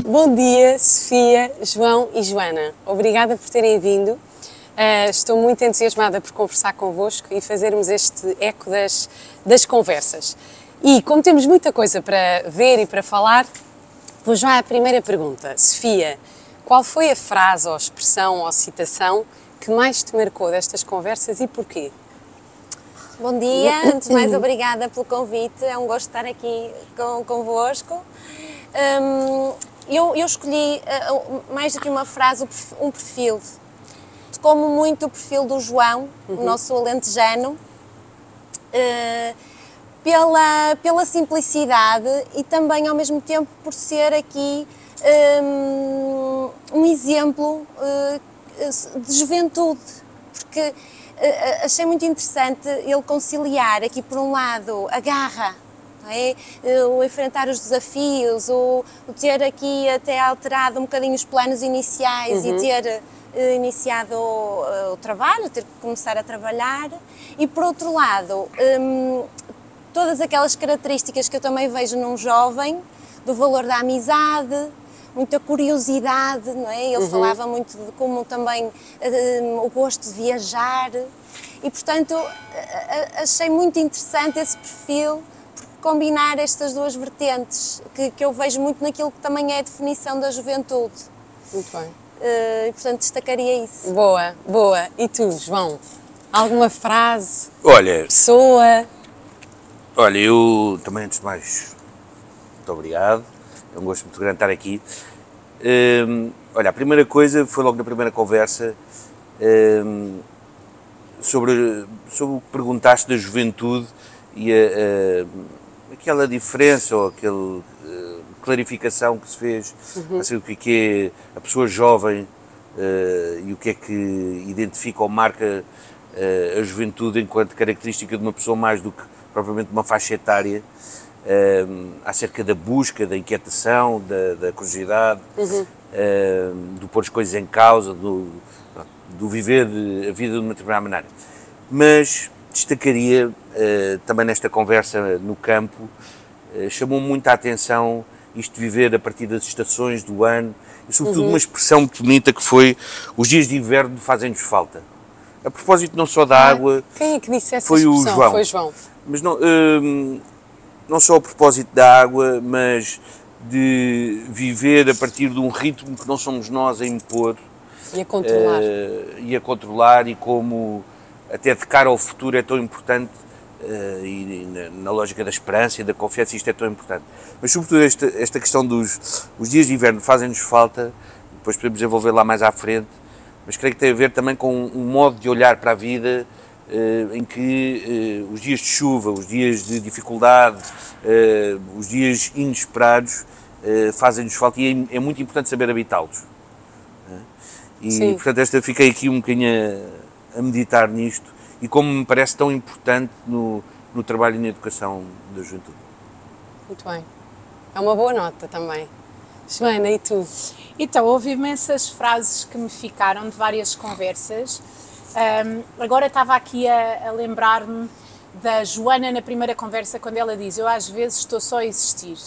Bom dia, Sofia, João e Joana. Obrigada por terem vindo. Estou muito entusiasmada por conversar convosco e fazermos este eco das conversas. E como temos muita coisa para ver e para falar, vou já à primeira pergunta. Sofia, qual foi a frase ou expressão ou citação que mais te marcou destas conversas e porquê? Bom dia, antes de mais obrigada pelo convite, é um gosto estar aqui convosco. Eu escolhi, mais do que uma frase, um perfil. Tocou-me muito o perfil do João, o nosso alentejano, pela simplicidade e também ao mesmo tempo por ser aqui um exemplo de juventude, porque achei muito interessante ele conciliar aqui por um lado a garra, não é? O enfrentar os desafios, o ter aqui até alterado um bocadinho os planos iniciais e ter iniciado o trabalho, ter que começar a trabalhar, e por outro lado todas aquelas características que eu também vejo num jovem, do valor da amizade, muita curiosidade, não é? Ele falava muito de como também o gosto de viajar e, portanto, achei muito interessante esse perfil, combinar estas duas vertentes, que eu vejo muito naquilo que também é a definição da juventude. Muito bem. E, portanto, destacaria isso. Boa, boa. E tu, João? Alguma frase? Olha, Pessoa? olha, eu também, antes de mais, muito obrigado. É um gosto muito grande estar aqui. Olha, a primeira coisa foi logo na primeira conversa sobre o que perguntaste da juventude e aquela diferença ou aquela clarificação que se fez acerca do que é a pessoa jovem e o que é que identifica ou marca a juventude enquanto característica de uma pessoa mais do que propriamente uma faixa etária. Acerca da busca, da inquietação, da curiosidade, do pôr as coisas em causa, do viver a vida de uma determinada maneira. Mas destacaria também nesta conversa no campo, chamou muito a atenção isto de viver a partir das estações do ano e sobretudo uma expressão muito bonita que foi: os dias de inverno fazem-nos falta. A propósito não só da água... Quem é que disse essa foi expressão? O João. Foi João. Mas não só a propósito da água, mas de viver a partir de um ritmo que não somos nós a impor. E a controlar. E a controlar, e como até de cara ao futuro é tão importante, e na lógica da esperança e da confiança isto é tão importante. Mas sobretudo esta questão os dias de inverno fazem-nos falta, depois podemos desenvolver lá mais à frente, mas creio que tem a ver também com um modo de olhar para a vida em que os dias de chuva, os dias de dificuldade, os dias inesperados fazem-nos falta e é muito importante saber habitá-los. E, Sim. portanto, fiquei aqui um bocadinho a meditar nisto e como me parece tão importante no trabalho e na educação da juventude. Muito bem. É uma boa nota também. Joana, e tu? Então, houve imensas frases que me ficaram de várias conversas. Agora estava aqui a lembrar-me da Joana na primeira conversa, quando ela diz: eu às vezes estou só a existir.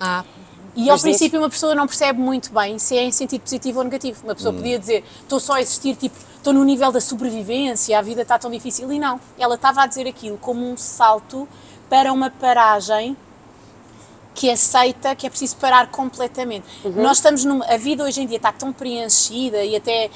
E ao princípio uma pessoa não percebe muito bem se é em sentido positivo ou negativo. Uma pessoa podia dizer: estou só a existir, tipo, estou no nível da sobrevivência, a vida está tão difícil. E não, ela estava a dizer aquilo como um salto para uma paragem que aceita que é preciso parar completamente. Nós estamos a vida hoje em dia está tão preenchida e até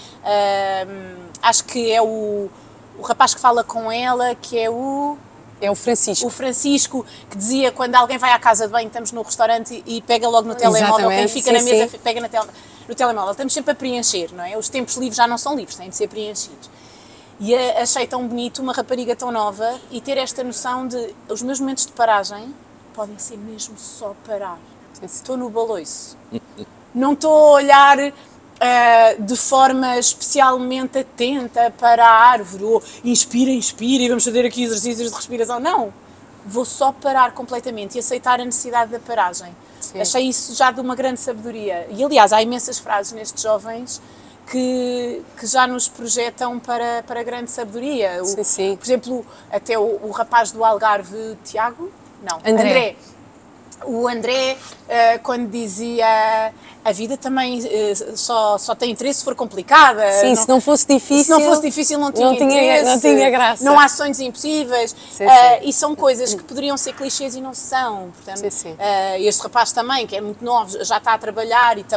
acho que é o rapaz que fala com ela, que é o... É o Francisco. O Francisco, que dizia quando alguém vai à casa de banho, estamos no restaurante e pega logo no telemóvel, quem fica na mesa pega no telemóvel. Estamos sempre a preencher, não é? Os tempos livres já não são livres, têm de ser preenchidos. E achei tão bonito uma rapariga tão nova e ter esta noção de os meus momentos de paragem podem ser mesmo só parar. Estou no baloiço. Não estou a olhar de forma especialmente atenta para a árvore, ou inspira e vamos fazer aqui exercícios de respiração. Não, vou só parar completamente e aceitar a necessidade da paragem. Sim. Achei isso já de uma grande sabedoria. E aliás, há imensas frases nestes jovens que já nos projetam para grande sabedoria. Sim. Por exemplo, até o rapaz do Algarve, Tiago? Não, André. O André, quando dizia a vida também só tem interesse se for complicada. Sim, se não fosse difícil, não tinha interesse. Não tinha graça. Não há sonhos impossíveis. Sim, sim. E são coisas que poderiam ser clichês e não são. Portanto, Sim. este rapaz também, que é muito novo, já está a trabalhar e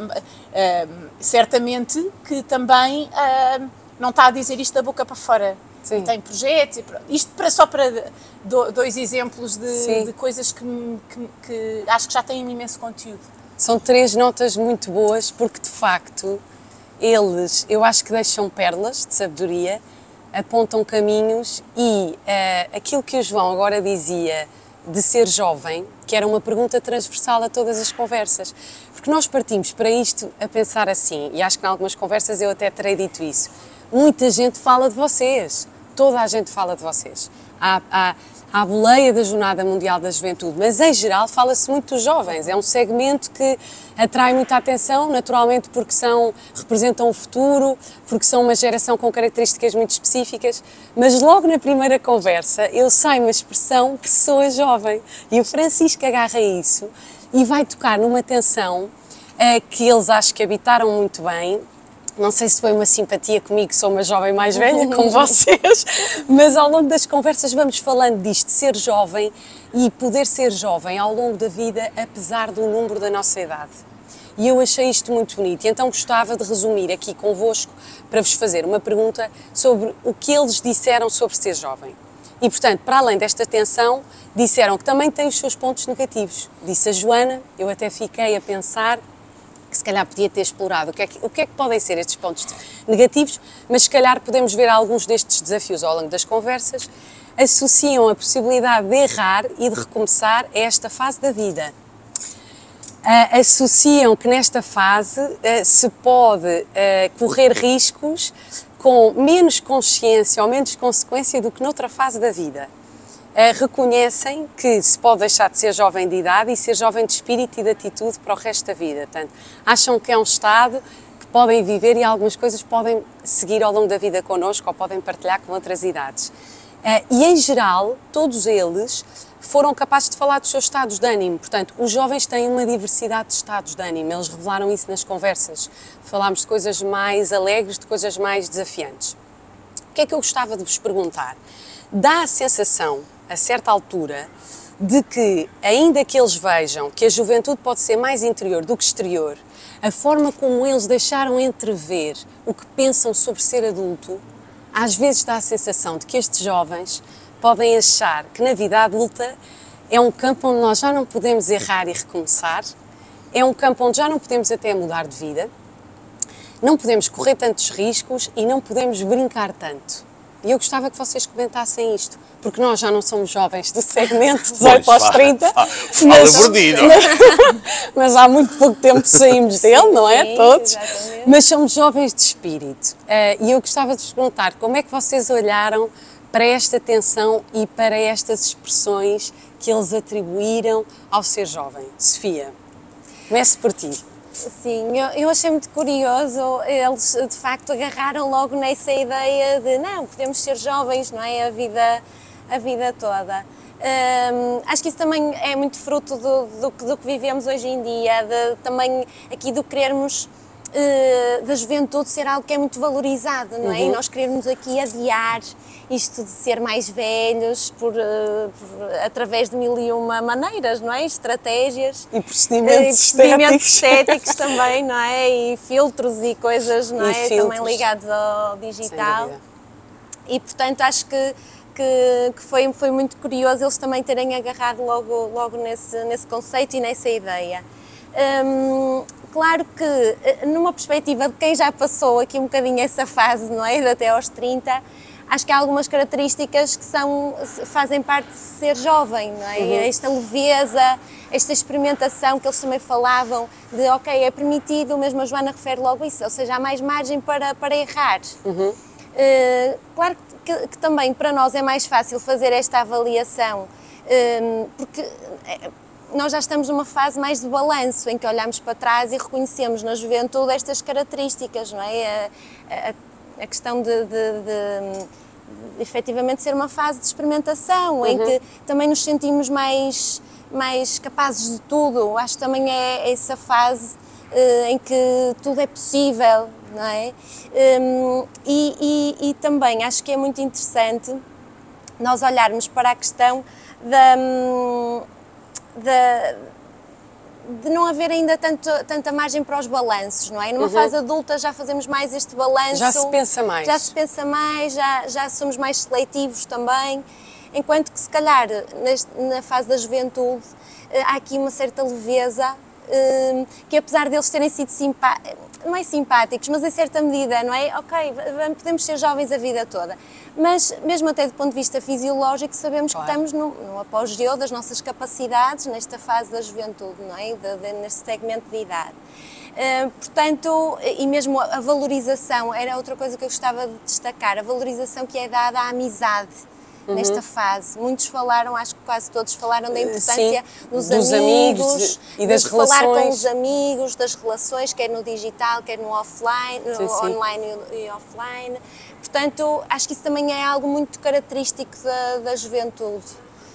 certamente que também não está a dizer isto da boca para fora. Sim. Tem projetos. Isto só para dois exemplos de coisas que acho que já têm um imenso conteúdo. São 3 notas muito boas, porque de facto eles, eu acho que deixam pérolas de sabedoria, apontam caminhos e aquilo que o João agora dizia de ser jovem, que era uma pergunta transversal a todas as conversas, porque nós partimos para isto a pensar assim, e acho que em algumas conversas eu até terei dito isso, muita gente fala de vocês, toda a gente fala de vocês. Há a boleia da Jornada Mundial da Juventude, mas em geral fala-se muito dos jovens. É um segmento que atrai muita atenção, naturalmente porque representam o futuro, porque são uma geração com características muito específicas, mas logo na primeira conversa eu saio uma expressão pessoa jovem e o Francisco agarra isso e vai tocar numa tensão que eles acho que habitaram muito bem. Não sei se foi uma simpatia comigo, que sou uma jovem mais velha, como vocês, mas ao longo das conversas vamos falando disto, de ser jovem e poder ser jovem ao longo da vida, apesar do número da nossa idade. E eu achei isto muito bonito, e então gostava de resumir aqui convosco para vos fazer uma pergunta sobre o que eles disseram sobre ser jovem. E, portanto, para além desta tensão, disseram que também tem os seus pontos negativos. Disse a Joana, eu até fiquei a pensar que se calhar podia ter explorado o que é que podem ser estes pontos negativos, mas se calhar podemos ver alguns destes desafios ao longo das conversas, associam a possibilidade de errar e de recomeçar a esta fase da vida. Associam que nesta fase se pode correr riscos com menos consciência ou menos consequência do que noutra fase da vida. Reconhecem que se pode deixar de ser jovem de idade e ser jovem de espírito e de atitude para o resto da vida. Portanto, acham que é um estado que podem viver e algumas coisas podem seguir ao longo da vida connosco ou podem partilhar com outras idades. E, em geral, todos eles foram capazes de falar dos seus estados de ânimo. Portanto, os jovens têm uma diversidade de estados de ânimo. Eles revelaram isso nas conversas. Falámos de coisas mais alegres, de coisas mais desafiantes. O que é que eu gostava de vos perguntar? Dá a sensação, a certa altura, de que, ainda que eles vejam que a juventude pode ser mais interior do que exterior, a forma como eles deixaram entrever o que pensam sobre ser adulto, às vezes dá a sensação de que estes jovens podem achar que na vida adulta é um campo onde nós já não podemos errar e recomeçar, é um campo onde já não podemos até mudar de vida, não podemos correr tantos riscos e não podemos brincar tanto. E eu gostava que vocês comentassem isto, porque nós já não somos jovens do segmento 18 aos 30, mas há muito pouco tempo saímos dele, não é? Sim, todos. Exatamente. Mas somos jovens de espírito. E eu gostava de vos perguntar como é que vocês olharam para esta tensão e para estas expressões que eles atribuíram ao ser jovem. Sofia, comece por ti. Sim, eu achei muito curioso, eles de facto agarraram logo nessa ideia de não, podemos ser jovens, não é? A vida toda. Acho que isso também é muito fruto do que vivemos hoje em dia, também aqui do querermos da juventude ser algo que é muito valorizado, não é? E nós queremos aqui adiar isto de ser mais velhos através de 1001 maneiras, não é? Estratégias. E procedimentos estéticos também, não é? E filtros e coisas, não é? Filtros. Também ligados ao digital. E portanto acho que foi muito curioso eles também terem agarrado logo nesse conceito e nessa ideia. Claro que, numa perspectiva de quem já passou aqui um bocadinho essa fase, não é? De até aos 30, acho que há algumas características que fazem parte de ser jovem, não é? Esta leveza, esta experimentação que eles também falavam de, ok, é permitido, mesmo a Joana refere logo isso, ou seja, há mais margem para errar. Claro que também para nós é mais fácil fazer esta avaliação, porque nós já estamos numa fase mais de balanço, em que olhamos para trás e reconhecemos na juventude estas características, não é? A questão de efetivamente ser uma fase de experimentação, em que também nos sentimos mais mais capazes de tudo. Acho que também é essa fase em que tudo é possível, não é? E também acho que é muito interessante nós olharmos para a questão de não haver ainda tanta margem para os balanços, não é? Numa fase adulta já fazemos mais este balanço. Já se pensa mais. Já se pensa mais, já somos mais seletivos também. Enquanto que, se calhar, na fase da juventude, há aqui uma certa leveza que, apesar deles terem sido não é simpáticos, mas em certa medida, não é? Ok, podemos ser jovens a vida toda, mas mesmo até do ponto de vista fisiológico sabemos que estamos no apogeu das nossas capacidades nesta fase da juventude, não é? Neste segmento de idade. Portanto, e mesmo a valorização, era outra coisa que eu gostava de destacar, a valorização que é dada à amizade. Nesta fase. Muitos falaram, acho que quase todos falaram da importância dos amigos e das de relações. falar com os amigos, das relações, quer no digital, quer no offline, online e offline. Portanto, acho que isso também é algo muito característico da juventude.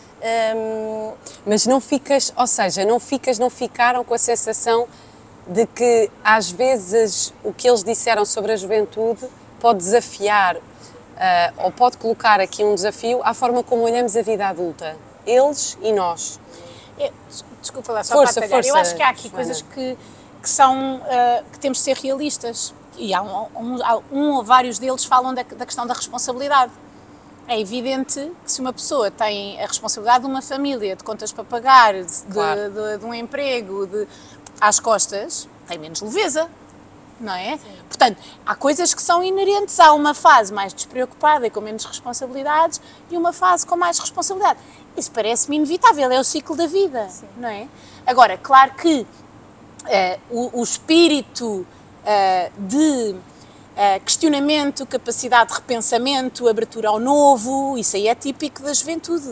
Mas não ficas, ou seja, não ficaram com a sensação de que às vezes o que eles disseram sobre a juventude pode desafiar ou pode colocar aqui um desafio à forma como olhamos a vida adulta, eles e nós. Desculpa lá, só para atalhar. Eu acho que há aqui coisas que temos de ser realistas, e há um ou vários deles falam da questão da responsabilidade. É evidente que se uma pessoa tem a responsabilidade de uma família, de contas para pagar, de um emprego, às costas, tem menos leveza. Não é? Sim. Portanto, há coisas que são inerentes a uma fase mais despreocupada e com menos responsabilidades e uma fase com mais responsabilidade. Isso parece-me inevitável, é o ciclo da vida, sim, não é? Agora, claro que o espírito de questionamento, capacidade de repensamento, abertura ao novo, isso aí é típico da juventude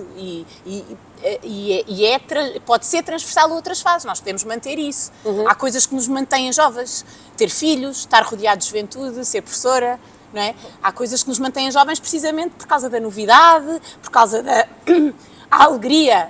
pode ser transversal a outras fases, nós podemos manter isso. Há coisas que nos mantêm jovens, ter filhos, estar rodeado de juventude, ser professora, não é? Há coisas que nos mantêm jovens precisamente por causa da novidade, por causa da alegria,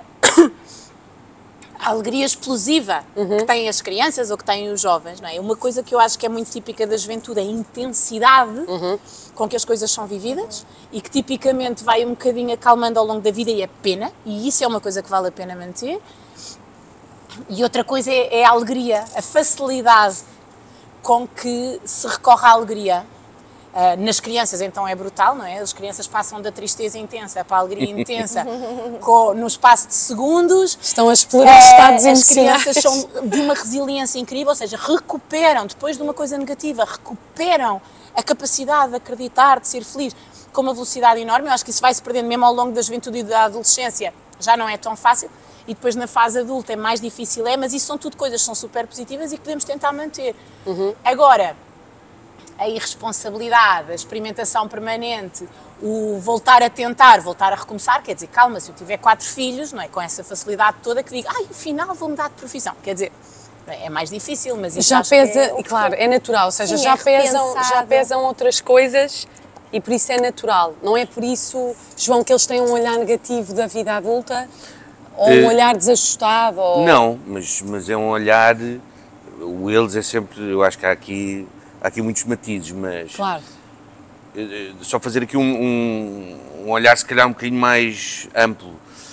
a alegria explosiva que têm as crianças ou que têm os jovens, não é? Uma coisa que eu acho que é muito típica da juventude é a intensidade com que as coisas são vividas e que tipicamente vai um bocadinho acalmando ao longo da vida e é pena, e isso é uma coisa que vale a pena manter. E outra coisa é a alegria, a facilidade com que se recorre à alegria. Nas crianças então é brutal, não é? As crianças passam da tristeza intensa para a alegria intensa no espaço de segundos. Estão a explorar estados emocionais. As crianças são de uma resiliência incrível, ou seja, recuperam, depois de uma coisa negativa, recuperam a capacidade de acreditar, de ser feliz, com uma velocidade enorme. Eu acho que isso vai se perdendo mesmo ao longo da juventude e da adolescência, já não é tão fácil. E depois na fase adulta é mais difícil, mas isso são tudo coisas que são super positivas e que podemos tentar manter. Agora, a irresponsabilidade, a experimentação permanente, o voltar a tentar, voltar a recomeçar, quer dizer, calma, se eu tiver 4 filhos, não é com essa facilidade toda que digo, afinal vou mudar de profissão, quer dizer, é mais difícil, mas isso já pesa, e claro, é natural, ou seja, sim, já pesam outras coisas e por isso é natural, não é por isso, João, que eles têm um olhar negativo da vida adulta, ou um olhar desajustado, ou... Não, mas é um olhar, o eles é sempre, eu acho que há aqui muitos matizes, mas claro, só fazer aqui um olhar se calhar um bocadinho mais amplo.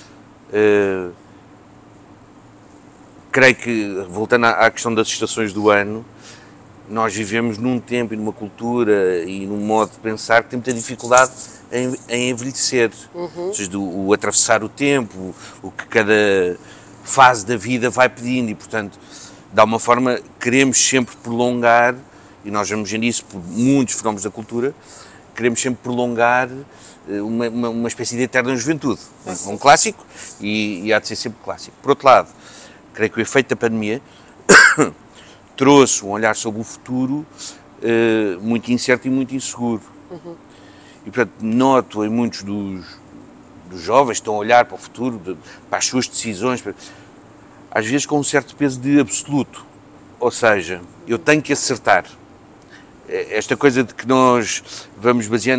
Creio que, voltando à questão das estações do ano, nós vivemos num tempo e numa cultura e num modo de pensar que tem muita dificuldade em envelhecer. Ou seja, o atravessar o tempo, o que cada fase da vida vai pedindo e, portanto, de alguma forma, queremos sempre prolongar, e nós vamos ver isso por muitos fenómenos da cultura, queremos sempre prolongar uma espécie de eterna juventude. É um clássico e há de ser sempre clássico. Por outro lado, creio que o efeito da pandemia trouxe um olhar sobre o futuro muito incerto e muito inseguro. E, portanto, noto em muitos dos jovens que estão a olhar para o futuro, para as suas decisões, às vezes com um certo peso de absoluto. Ou seja, eu tenho que acertar. Esta coisa de que nós vamos baseando,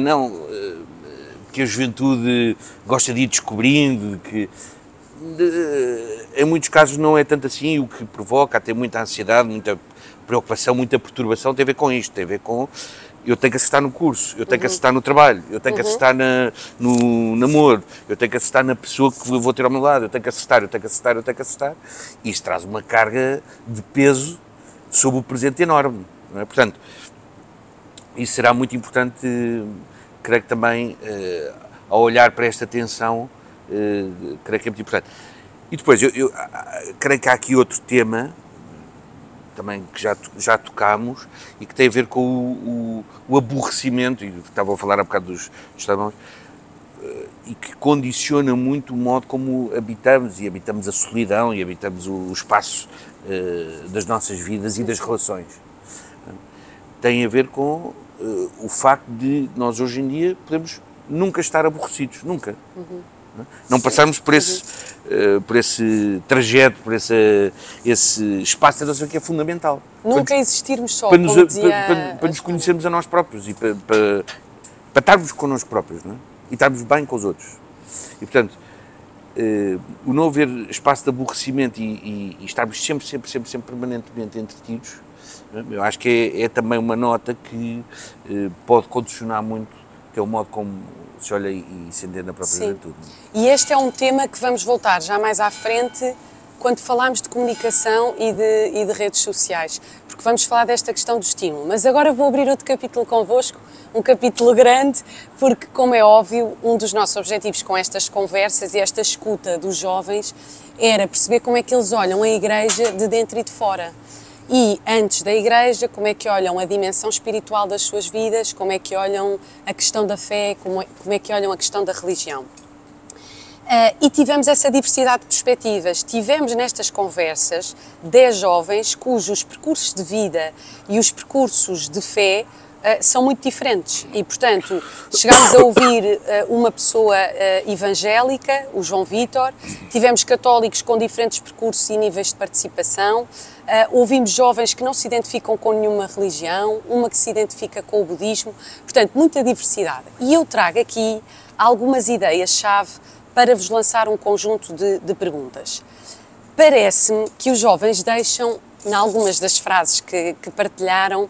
que a juventude gosta de ir descobrindo, em muitos casos não é tanto assim, o que provoca até muita ansiedade, muita preocupação, muita perturbação tem a ver com isto, tem a ver com eu tenho que acertar no curso, eu tenho que acertar no trabalho, eu tenho que acertar no namoro, eu tenho que acertar na pessoa que eu vou ter ao meu lado, eu tenho que acertar. E isso traz uma carga de peso sobre o presente enorme, não é? Portanto, isso será muito importante, creio que também, ao olhar para esta tensão, creio que é muito importante. E depois, eu creio que há aqui outro tema, também que já tocámos, e que tem a ver com o aborrecimento, e estava a falar há bocado dos telemóveis, e que condiciona muito o modo como habitamos, e habitamos a solidão, e habitamos o espaço das nossas vidas e das relações. Tem a ver com o facto de nós hoje em dia podemos nunca estar aborrecidos, nunca. Não passarmos por esse trajeto, por esse espaço da nossa vida que é fundamental. Nunca existirmos só, para nos conhecermos a nós próprios e para estarmos connosco próprios, não é? E estarmos bem com os outros. E, portanto, o não haver espaço de aborrecimento e estarmos sempre permanentemente entretidos, eu acho que é também uma nota que pode condicionar muito, que é o modo como se olha e se entende na própria juventude. E este é um tema que vamos voltar já mais à frente quando falarmos de comunicação e de redes sociais, porque vamos falar desta questão do estímulo. Mas agora vou abrir outro capítulo convosco, um capítulo grande, porque, como é óbvio, um dos nossos objetivos com estas conversas e esta escuta dos jovens era perceber como é que eles olham a Igreja de dentro e de fora. E, antes da Igreja, como é que olham a dimensão espiritual das suas vidas, como é que olham a questão da fé, como é que olham a questão da religião. E tivemos essa diversidade de perspectivas. Tivemos nestas conversas 10 jovens cujos percursos de vida e os percursos de fé são muito diferentes e, portanto, chegámos a ouvir uma pessoa evangélica, o João Vítor, tivemos católicos com diferentes percursos e níveis de participação, ouvimos jovens que não se identificam com nenhuma religião, uma que se identifica com o budismo, portanto, muita diversidade. E eu trago aqui algumas ideias-chave para vos lançar um conjunto de perguntas. Parece-me que os jovens deixam, em algumas das frases que partilharam,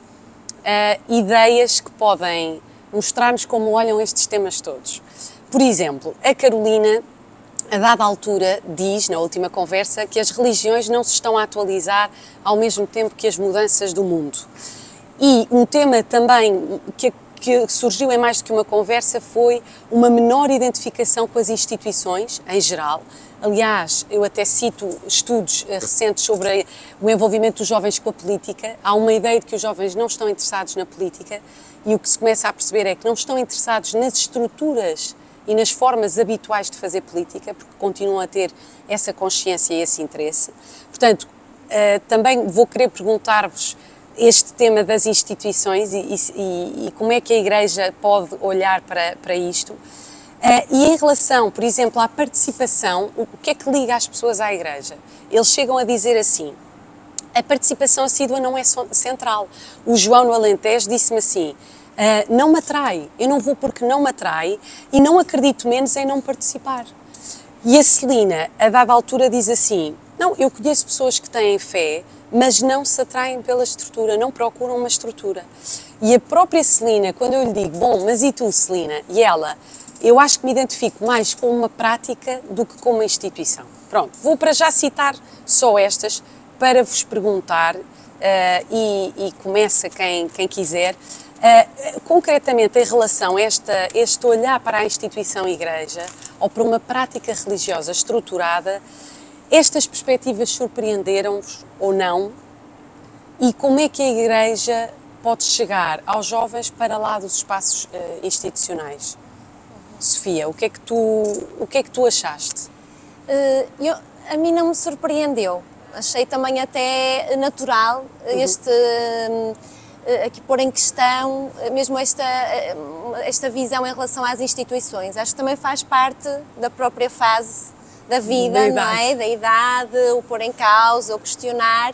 ideias que podem mostrar-nos como olham estes temas todos. Por exemplo, a Carolina, a dada altura, diz, na última conversa, que as religiões não se estão a atualizar ao mesmo tempo que as mudanças do mundo. E um tema também que surgiu em mais do que uma conversa foi uma menor identificação com as instituições, em geral. Aliás, eu até cito estudos recentes sobre o envolvimento dos jovens com a política. Há uma ideia de que os jovens não estão interessados na política e o que se começa a perceber é que não estão interessados nas estruturas e nas formas habituais de fazer política, porque continuam a ter essa consciência e esse interesse. Portanto, também vou querer perguntar-vos este tema das instituições e como é que a Igreja pode olhar para isto. E em relação, por exemplo, à participação, o que é que liga as pessoas à Igreja? Eles chegam a dizer assim, a participação assídua não é central. O João no Alentejo disse-me assim, não me atrai, eu não vou porque não me atrai e não acredito menos em não participar. E a Celina, a dada altura, diz assim, não, eu conheço pessoas que têm fé, mas não se atraem pela estrutura, não procuram uma estrutura. E a própria Celina, quando eu lhe digo, bom, mas e tu, Celina? E ela, eu acho que me identifico mais com uma prática do que com uma instituição. Pronto, vou para já citar só estas para vos perguntar, e começa quem quiser, concretamente em relação a este olhar para a instituição Igreja, ou para uma prática religiosa estruturada, estas perspectivas surpreenderam-vos ou não? E como é que a Igreja pode chegar aos jovens para lá dos espaços institucionais? Sofia, o que é que tu achaste? A mim não me surpreendeu. Achei também até natural aqui pôr em questão mesmo esta visão em relação às instituições. Acho que também faz parte da própria fase da vida, não é? Da idade, o pôr em causa, o questionar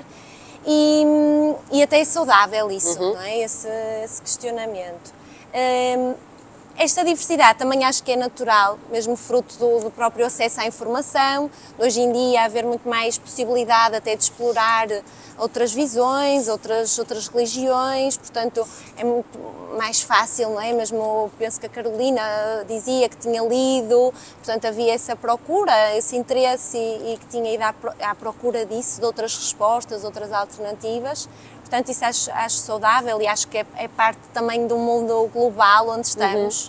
e até é saudável isso, não é? Esse questionamento. Esta diversidade também acho que é natural, mesmo fruto do próprio acesso à informação, de hoje em dia haver muito mais possibilidade até de explorar outras visões, outras religiões, portanto é muito mais fácil, não é? Mesmo penso que a Carolina dizia que tinha lido, portanto havia essa procura, esse interesse e que tinha ido à procura disso, de outras respostas, outras alternativas. Portanto, isso acho saudável e acho que é parte também do mundo global onde estamos.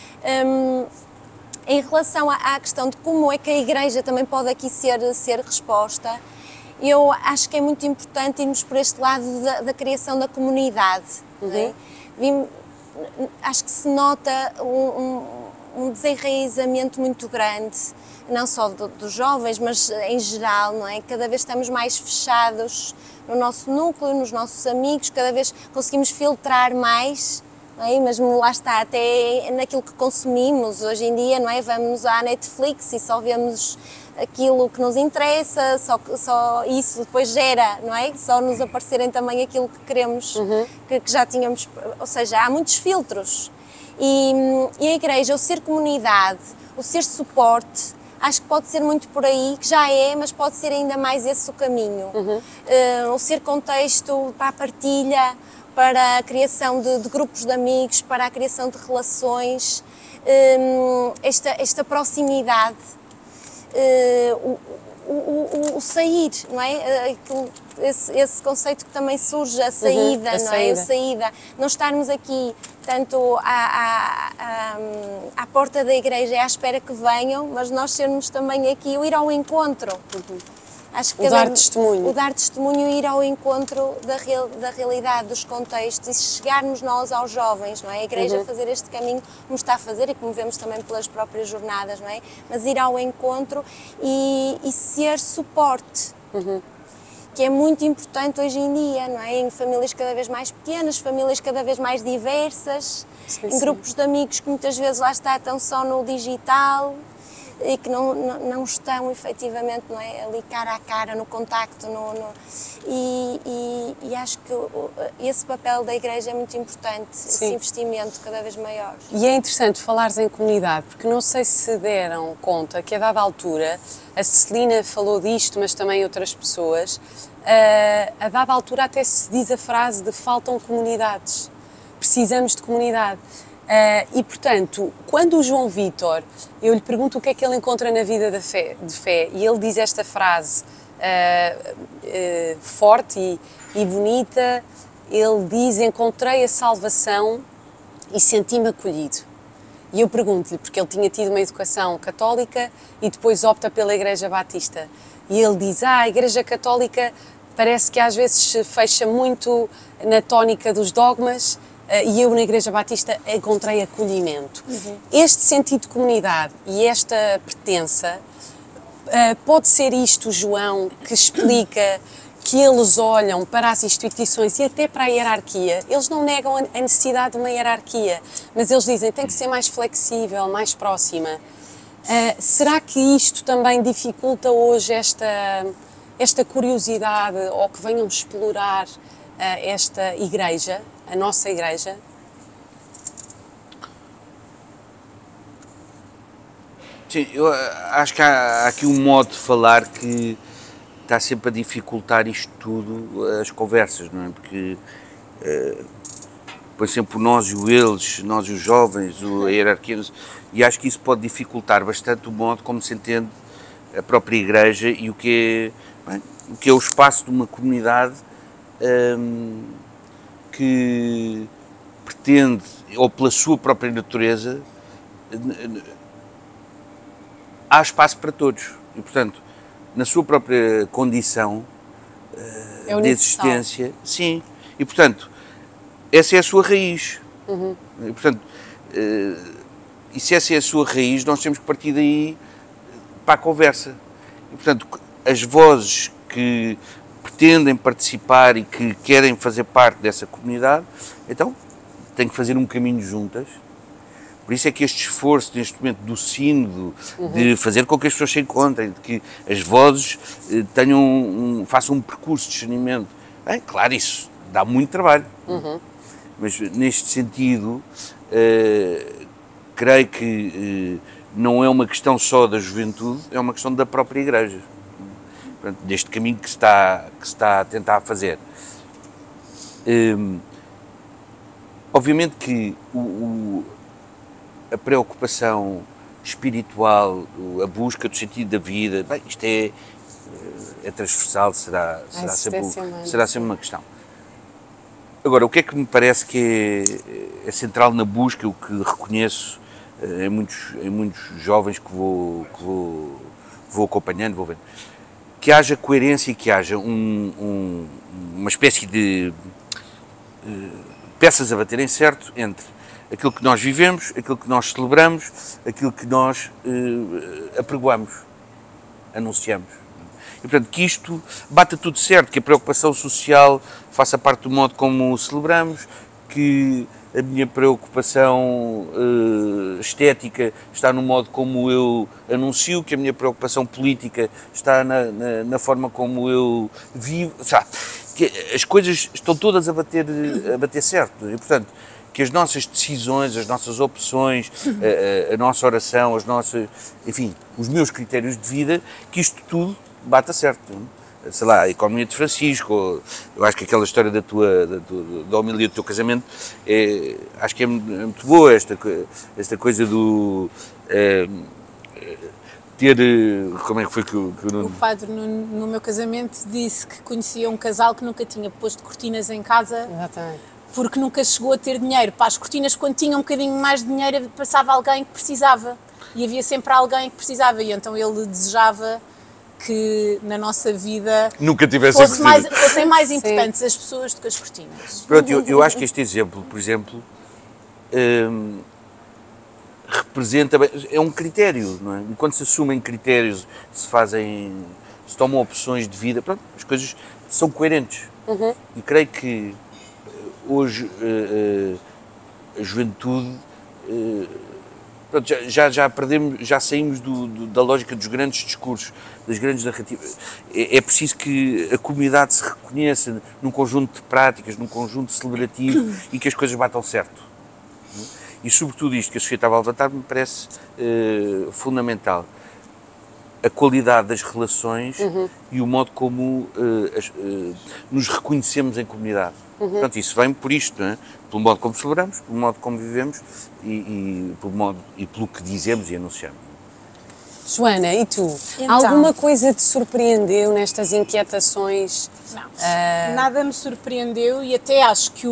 Em relação à questão de como é que a Igreja também pode aqui ser resposta, eu acho que é muito importante irmos por este lado da criação da comunidade. Não é? Acho que se nota um desenraizamento muito grande, não só dos jovens, mas em geral, não é? Cada vez estamos mais fechados no nosso núcleo, nos nossos amigos, cada vez conseguimos filtrar mais, não é? Mesmo lá está, até naquilo que consumimos hoje em dia, não é? Vamos à Netflix e só vemos aquilo que nos interessa, só isso depois gera, não é? Só nos aparecerem também aquilo que queremos, que já tínhamos, ou seja, há muitos filtros. E a Igreja, o ser comunidade, o ser suporte, acho que pode ser muito por aí, que já é, mas pode ser ainda mais esse o caminho. O ser contexto para a partilha, para a criação de grupos de amigos, para a criação de relações, esta proximidade, o sair, não é? Esse conceito que também surge, a saída, não é? A saída, não estarmos aqui tanto à porta da igreja, à espera que venham, mas nós sermos também aqui, o ir ao encontro. Acho que o dar testemunho. O dar testemunho e ir ao encontro da realidade, dos contextos e chegarmos nós aos jovens, não é? A Igreja fazer este caminho como está a fazer e como vemos também pelas próprias jornadas, não é? Mas ir ao encontro e ser suporte, que é muito importante hoje em dia, não é? Em famílias cada vez mais pequenas, famílias cada vez mais diversas, em grupos de amigos que muitas vezes lá estão só no digital, e que não estão efetivamente, não é, ali cara a cara, no contacto, e acho que esse papel da Igreja é muito importante, esse investimento cada vez maior. E é interessante falares em comunidade, porque não sei se deram conta que a dada altura, a Celina falou disto, mas também outras pessoas, a dada altura até se diz a frase de faltam comunidades, precisamos de comunidade. E, portanto, quando o João Vítor, eu lhe pergunto o que é que ele encontra na vida de fé, e ele diz esta frase forte e bonita, ele diz: encontrei a salvação e senti-me acolhido. E eu pergunto-lhe, porque ele tinha tido uma educação católica e depois opta pela Igreja Batista, e ele diz: a Igreja Católica parece que às vezes se fecha muito na tónica dos dogmas, e eu na Igreja Batista encontrei acolhimento. Este sentido de comunidade e esta pertença, pode ser isto, João, que explica que eles olham para as instituições e até para a hierarquia. Eles não negam a necessidade de uma hierarquia, mas eles dizem que tem que ser mais flexível, mais próxima. Será que isto também dificulta hoje esta curiosidade, ou que venham explorar esta Igreja, a nossa Igreja? Sim, eu acho que há aqui um modo de falar que está sempre a dificultar isto tudo, as conversas, não é? Porque põe sempre o nós e o eles, nós e os jovens, a hierarquia, e acho que isso pode dificultar bastante o modo como se entende a própria Igreja e o que é o espaço de uma comunidade que pretende, ou pela sua própria natureza, há espaço para todos. E, portanto, na sua própria condição de existência, sim. E, portanto, essa é a sua raiz. E, portanto, e se essa é a sua raiz, nós temos que partir daí para a conversa. E, portanto, as vozes que pretendem participar e que querem fazer parte dessa comunidade, então têm que fazer um caminho juntas. Por isso é que este esforço, neste momento, do sínodo, de fazer com que as pessoas se encontrem, de que as vozes façam um percurso de discernimento. Bem, claro, isso dá muito trabalho. Mas, neste sentido, creio que não é uma questão só da juventude, é uma questão da própria Igreja, portanto, deste caminho que se está a tentar fazer. Obviamente que a preocupação espiritual, a busca do sentido da vida, bem, isto é transversal, será sempre uma questão. Agora, o que é que me parece que é central na busca, o que reconheço em muitos jovens que vou acompanhando, vou vendo, que haja coerência e que haja uma espécie de peças a baterem certo entre aquilo que nós vivemos, aquilo que nós celebramos, aquilo que nós apregoamos, anunciamos. E, portanto, que isto bata tudo certo, que a preocupação social faça parte do modo como celebramos, que a minha preocupação estética está no modo como eu anuncio, que a minha preocupação política está na forma como eu vivo, sabe? Que as coisas estão todas a bater certo, e, portanto, que as nossas decisões, as nossas opções, a nossa oração, enfim, os meus critérios de vida, que isto tudo bata certo. Sei lá, a economia de Francisco, eu acho que aquela história da homilia do teu casamento, acho que é muito boa, esta coisa do ter, como é que foi que o Nuno... O padre no meu casamento disse que conhecia um casal que nunca tinha posto cortinas em casa. Exatamente. Porque nunca chegou a ter dinheiro para as cortinas. Quando tinha um bocadinho mais de dinheiro, passava alguém que precisava. E havia sempre alguém que precisava. E então ele desejava que na nossa vida nunca fossem mais importantes as pessoas do que as cortinas. Pronto, eu acho que este exemplo, por exemplo, representa, é um critério, não é? E quando se assumem critérios, se tomam opções de vida, pronto, as coisas são coerentes. E creio que hoje a juventude, pronto, já saímos da lógica dos grandes discursos, das grandes narrativas. É preciso que a comunidade se reconheça num conjunto de práticas, num conjunto celebrativo e que as coisas batam certo. E sobretudo isto que a Sofia estava a levantar me parece fundamental. A qualidade das relações e o modo como nos reconhecemos em comunidade. Portanto, isso vem por isto, não é? Pelo modo como celebramos, pelo modo como vivemos e pelo que dizemos e anunciamos. Joana, e tu? Então, alguma coisa te surpreendeu nestas inquietações? Não, nada me surpreendeu e até acho que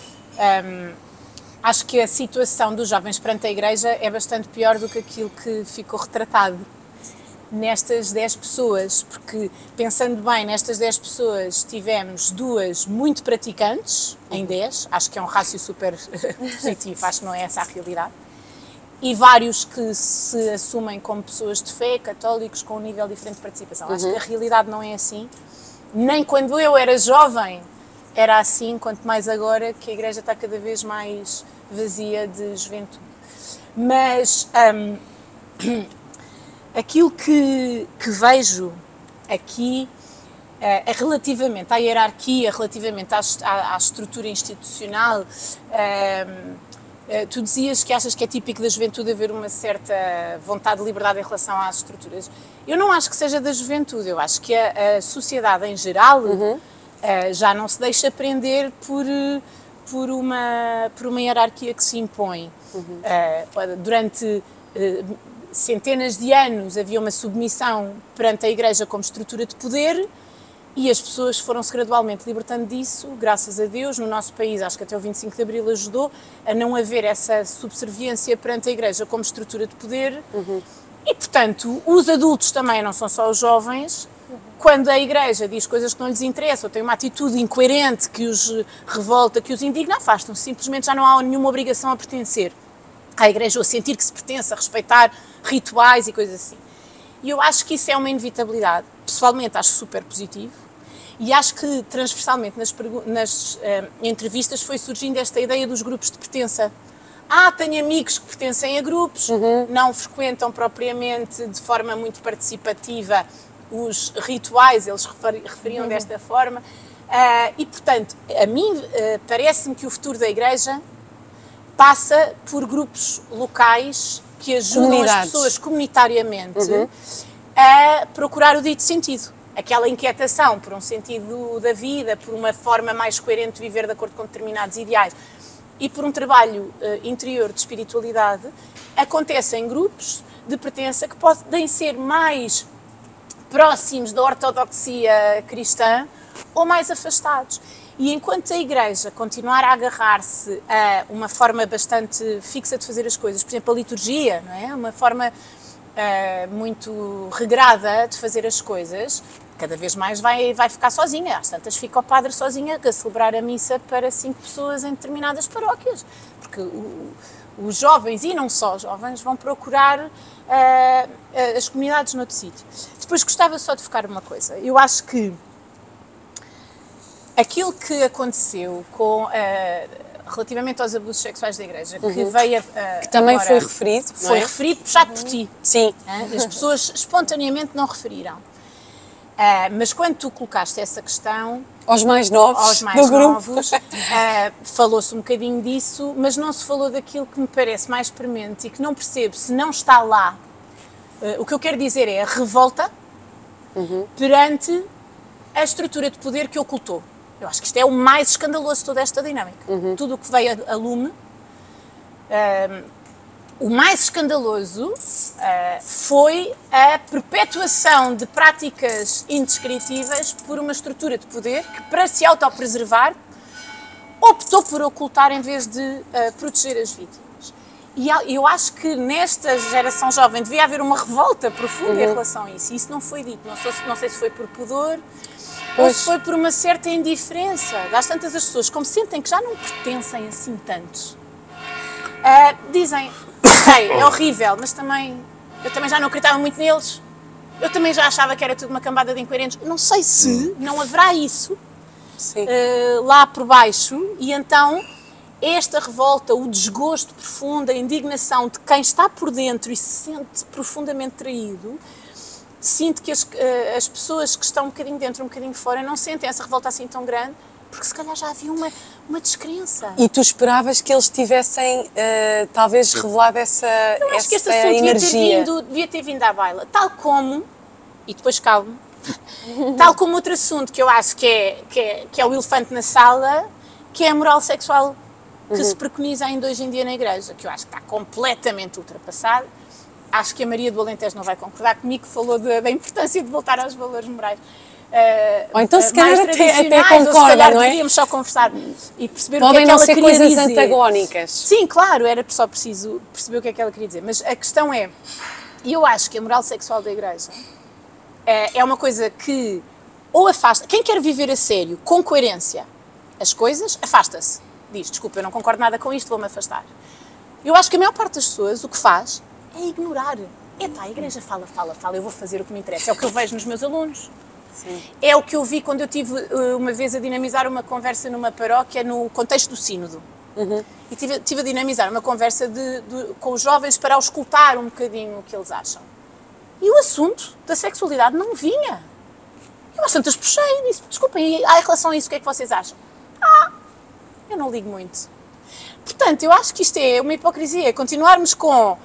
acho que a situação dos jovens perante a Igreja é bastante pior do que aquilo que ficou retratado nestas 10 pessoas, porque, pensando bem, nestas 10 pessoas tivemos 2 muito praticantes, em 10, acho que é um rácio super positivo, acho que não é essa a realidade, e vários que se assumem como pessoas de fé, católicos, com um nível diferente de participação. Acho que a realidade não é assim, nem quando eu era jovem era assim, quanto mais agora que a Igreja está cada vez mais vazia de juventude. Mas aquilo que vejo aqui é relativamente à hierarquia, relativamente à estrutura institucional. Tu dizias que achas que é típico da juventude haver uma certa vontade de liberdade em relação às estruturas. Eu não acho que seja da juventude, eu acho que a sociedade em geral já não se deixa prender por uma hierarquia que se impõe. Durante centenas de anos havia uma submissão perante a Igreja como estrutura de poder e as pessoas foram-se gradualmente libertando disso, graças a Deus. No nosso país, acho que até o 25 de Abril ajudou a não haver essa subserviência perante a Igreja como estrutura de poder. E, portanto, os adultos também, não são só os jovens, quando a Igreja diz coisas que não lhes interessam, ou tem uma atitude incoerente que os revolta, que os indigna, afastam-se. Simplesmente já não há nenhuma obrigação a pertencer à Igreja ou a sentir que se pertence, a respeitar rituais e coisas assim. E eu acho que isso é uma inevitabilidade. Pessoalmente acho super positivo e acho que transversalmente nas entrevistas foi surgindo esta ideia dos grupos de pertença. Tenho amigos que pertencem a grupos, não frequentam propriamente de forma muito participativa os rituais, eles referiam desta forma, e portanto, a mim parece-me que o futuro da Igreja passa por grupos locais que ajudam as pessoas comunitariamente a procurar o dito sentido. Aquela inquietação por um sentido da vida, por uma forma mais coerente de viver de acordo com determinados ideais e por um trabalho interior de espiritualidade, acontece em grupos de pertença que podem ser mais próximos da ortodoxia cristã ou mais afastados. E enquanto a Igreja continuar a agarrar-se a uma forma bastante fixa de fazer as coisas, por exemplo, a liturgia, não é? Uma forma muito regrada de fazer as coisas, cada vez mais vai ficar sozinha. Às tantas fica o padre sozinho a celebrar a missa para 5 pessoas em determinadas paróquias, porque os jovens, e não só jovens, vão procurar as comunidades noutro sítio. Depois gostava só de focar uma coisa. Eu acho que aquilo que aconteceu relativamente aos abusos sexuais da Igreja, que veio que também agora, foi referido, não foi é? referido, puxado por ti. Sim. As pessoas espontaneamente não referiram. Mas quando tu colocaste essa questão aos mais novos do grupo, falou-se um bocadinho disso, mas não se falou daquilo que me parece mais premente e que não percebo se não está lá. O que eu quero dizer é a revolta perante a estrutura de poder que ocultou. Eu acho que isto é o mais escandaloso de toda esta dinâmica. Tudo o que veio a lume. O mais escandaloso foi a perpetuação de práticas indescritíveis por uma estrutura de poder que, para se autopreservar, optou por ocultar em vez de proteger as vítimas. E eu acho que nesta geração jovem devia haver uma revolta profunda em relação a isso. E isso não foi dito. Não sei se foi por pudor ou se foi por uma certa indiferença. Às tantas as pessoas, como sentem que já não pertencem assim tanto, dizem... é horrível, mas eu também já não acreditava muito neles, eu também já achava que era tudo uma cambada de incoerentes. Não sei se não haverá isso lá por baixo, e então esta revolta, o desgosto profundo, a indignação de quem está por dentro e se sente profundamente traído, sinto que as pessoas que estão um bocadinho dentro, um bocadinho fora, não sentem essa revolta assim tão grande, porque se calhar já havia uma descrença. E tu esperavas que eles tivessem, talvez, revelado essa energia? Eu acho que este assunto devia ter vindo à baila. Tal como, e depois calmo, tal como outro assunto que eu acho que é o elefante na sala, que é a moral sexual que se preconiza ainda hoje em dia na Igreja, que eu acho que está completamente ultrapassado. Acho que a Maria do Alentejo não vai concordar comigo, que falou da importância de voltar aos valores morais. Ou então se calhar até concorda, ou se calhar não é? deveríamos só conversar e perceber Podem o que é que ela não ser queria coisas dizer. antagónicas. Sim, claro, era só preciso perceber o que é que ela queria dizer. Mas a questão é, eu acho que a moral sexual da Igreja é uma coisa que ou afasta, quem quer viver a sério, com coerência, as coisas, afasta-se. Diz, desculpa, eu não concordo nada com isto, vou-me afastar. Eu acho que a maior parte das pessoas o que faz é ignorar. A Igreja fala, eu vou fazer o que me interessa. É o que eu vejo nos meus alunos. Sim. É o que eu vi quando eu tive uma vez a dinamizar uma conversa numa paróquia no contexto do sínodo. E tive a dinamizar uma conversa com os jovens para auscultar um bocadinho o que eles acham. E o assunto da sexualidade não vinha. Eu às tantas puxei e disse, desculpem, em relação a isso, o que é que vocês acham? Eu não ligo muito. Portanto, eu acho que isto é uma hipocrisia, continuarmos com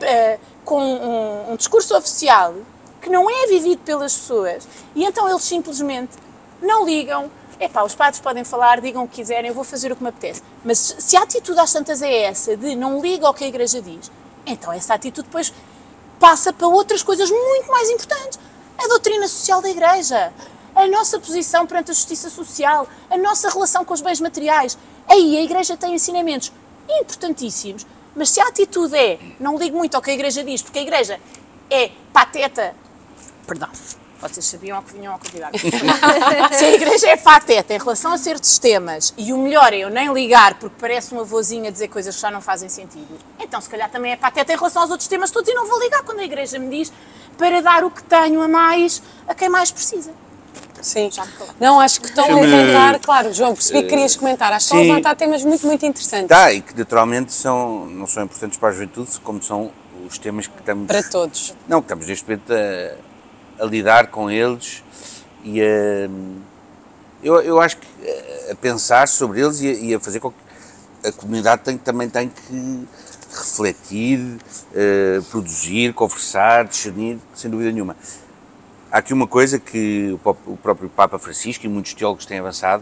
um discurso oficial que não é vivido pelas pessoas, e então eles simplesmente não ligam. Os padres podem falar, digam o que quiserem, eu vou fazer o que me apetece. Mas se a atitude às tantas é essa, de não liga ao que a Igreja diz, então essa atitude depois passa para outras coisas muito mais importantes. A doutrina social da Igreja, a nossa posição perante a justiça social, a nossa relação com os bens materiais. Aí a Igreja tem ensinamentos importantíssimos, mas se a atitude é não ligo muito ao que a Igreja diz, porque a Igreja é pateta. Perdão, vocês sabiam ao que vinham a convidar. Se a Igreja é pateta em relação a certos temas e o melhor é eu nem ligar porque parece uma vozinha dizer coisas que já não fazem sentido, então se calhar também é pateta em relação aos outros temas todos e não vou ligar quando a Igreja me diz para dar o que tenho a mais a quem mais precisa. Sim. Não, acho que estão a levantar, claro, João, percebi que querias comentar, acho que estão a levantar temas muito, muito interessantes. E que naturalmente não são importantes para a juventude, como são os temas que estamos... Para todos. Não, que estamos neste momento a lidar com eles e eu acho que a pensar sobre eles e a fazer com que a comunidade também tem que refletir, produzir, conversar, discernir, sem dúvida nenhuma. Há aqui uma coisa que o próprio Papa Francisco e muitos teólogos têm avançado,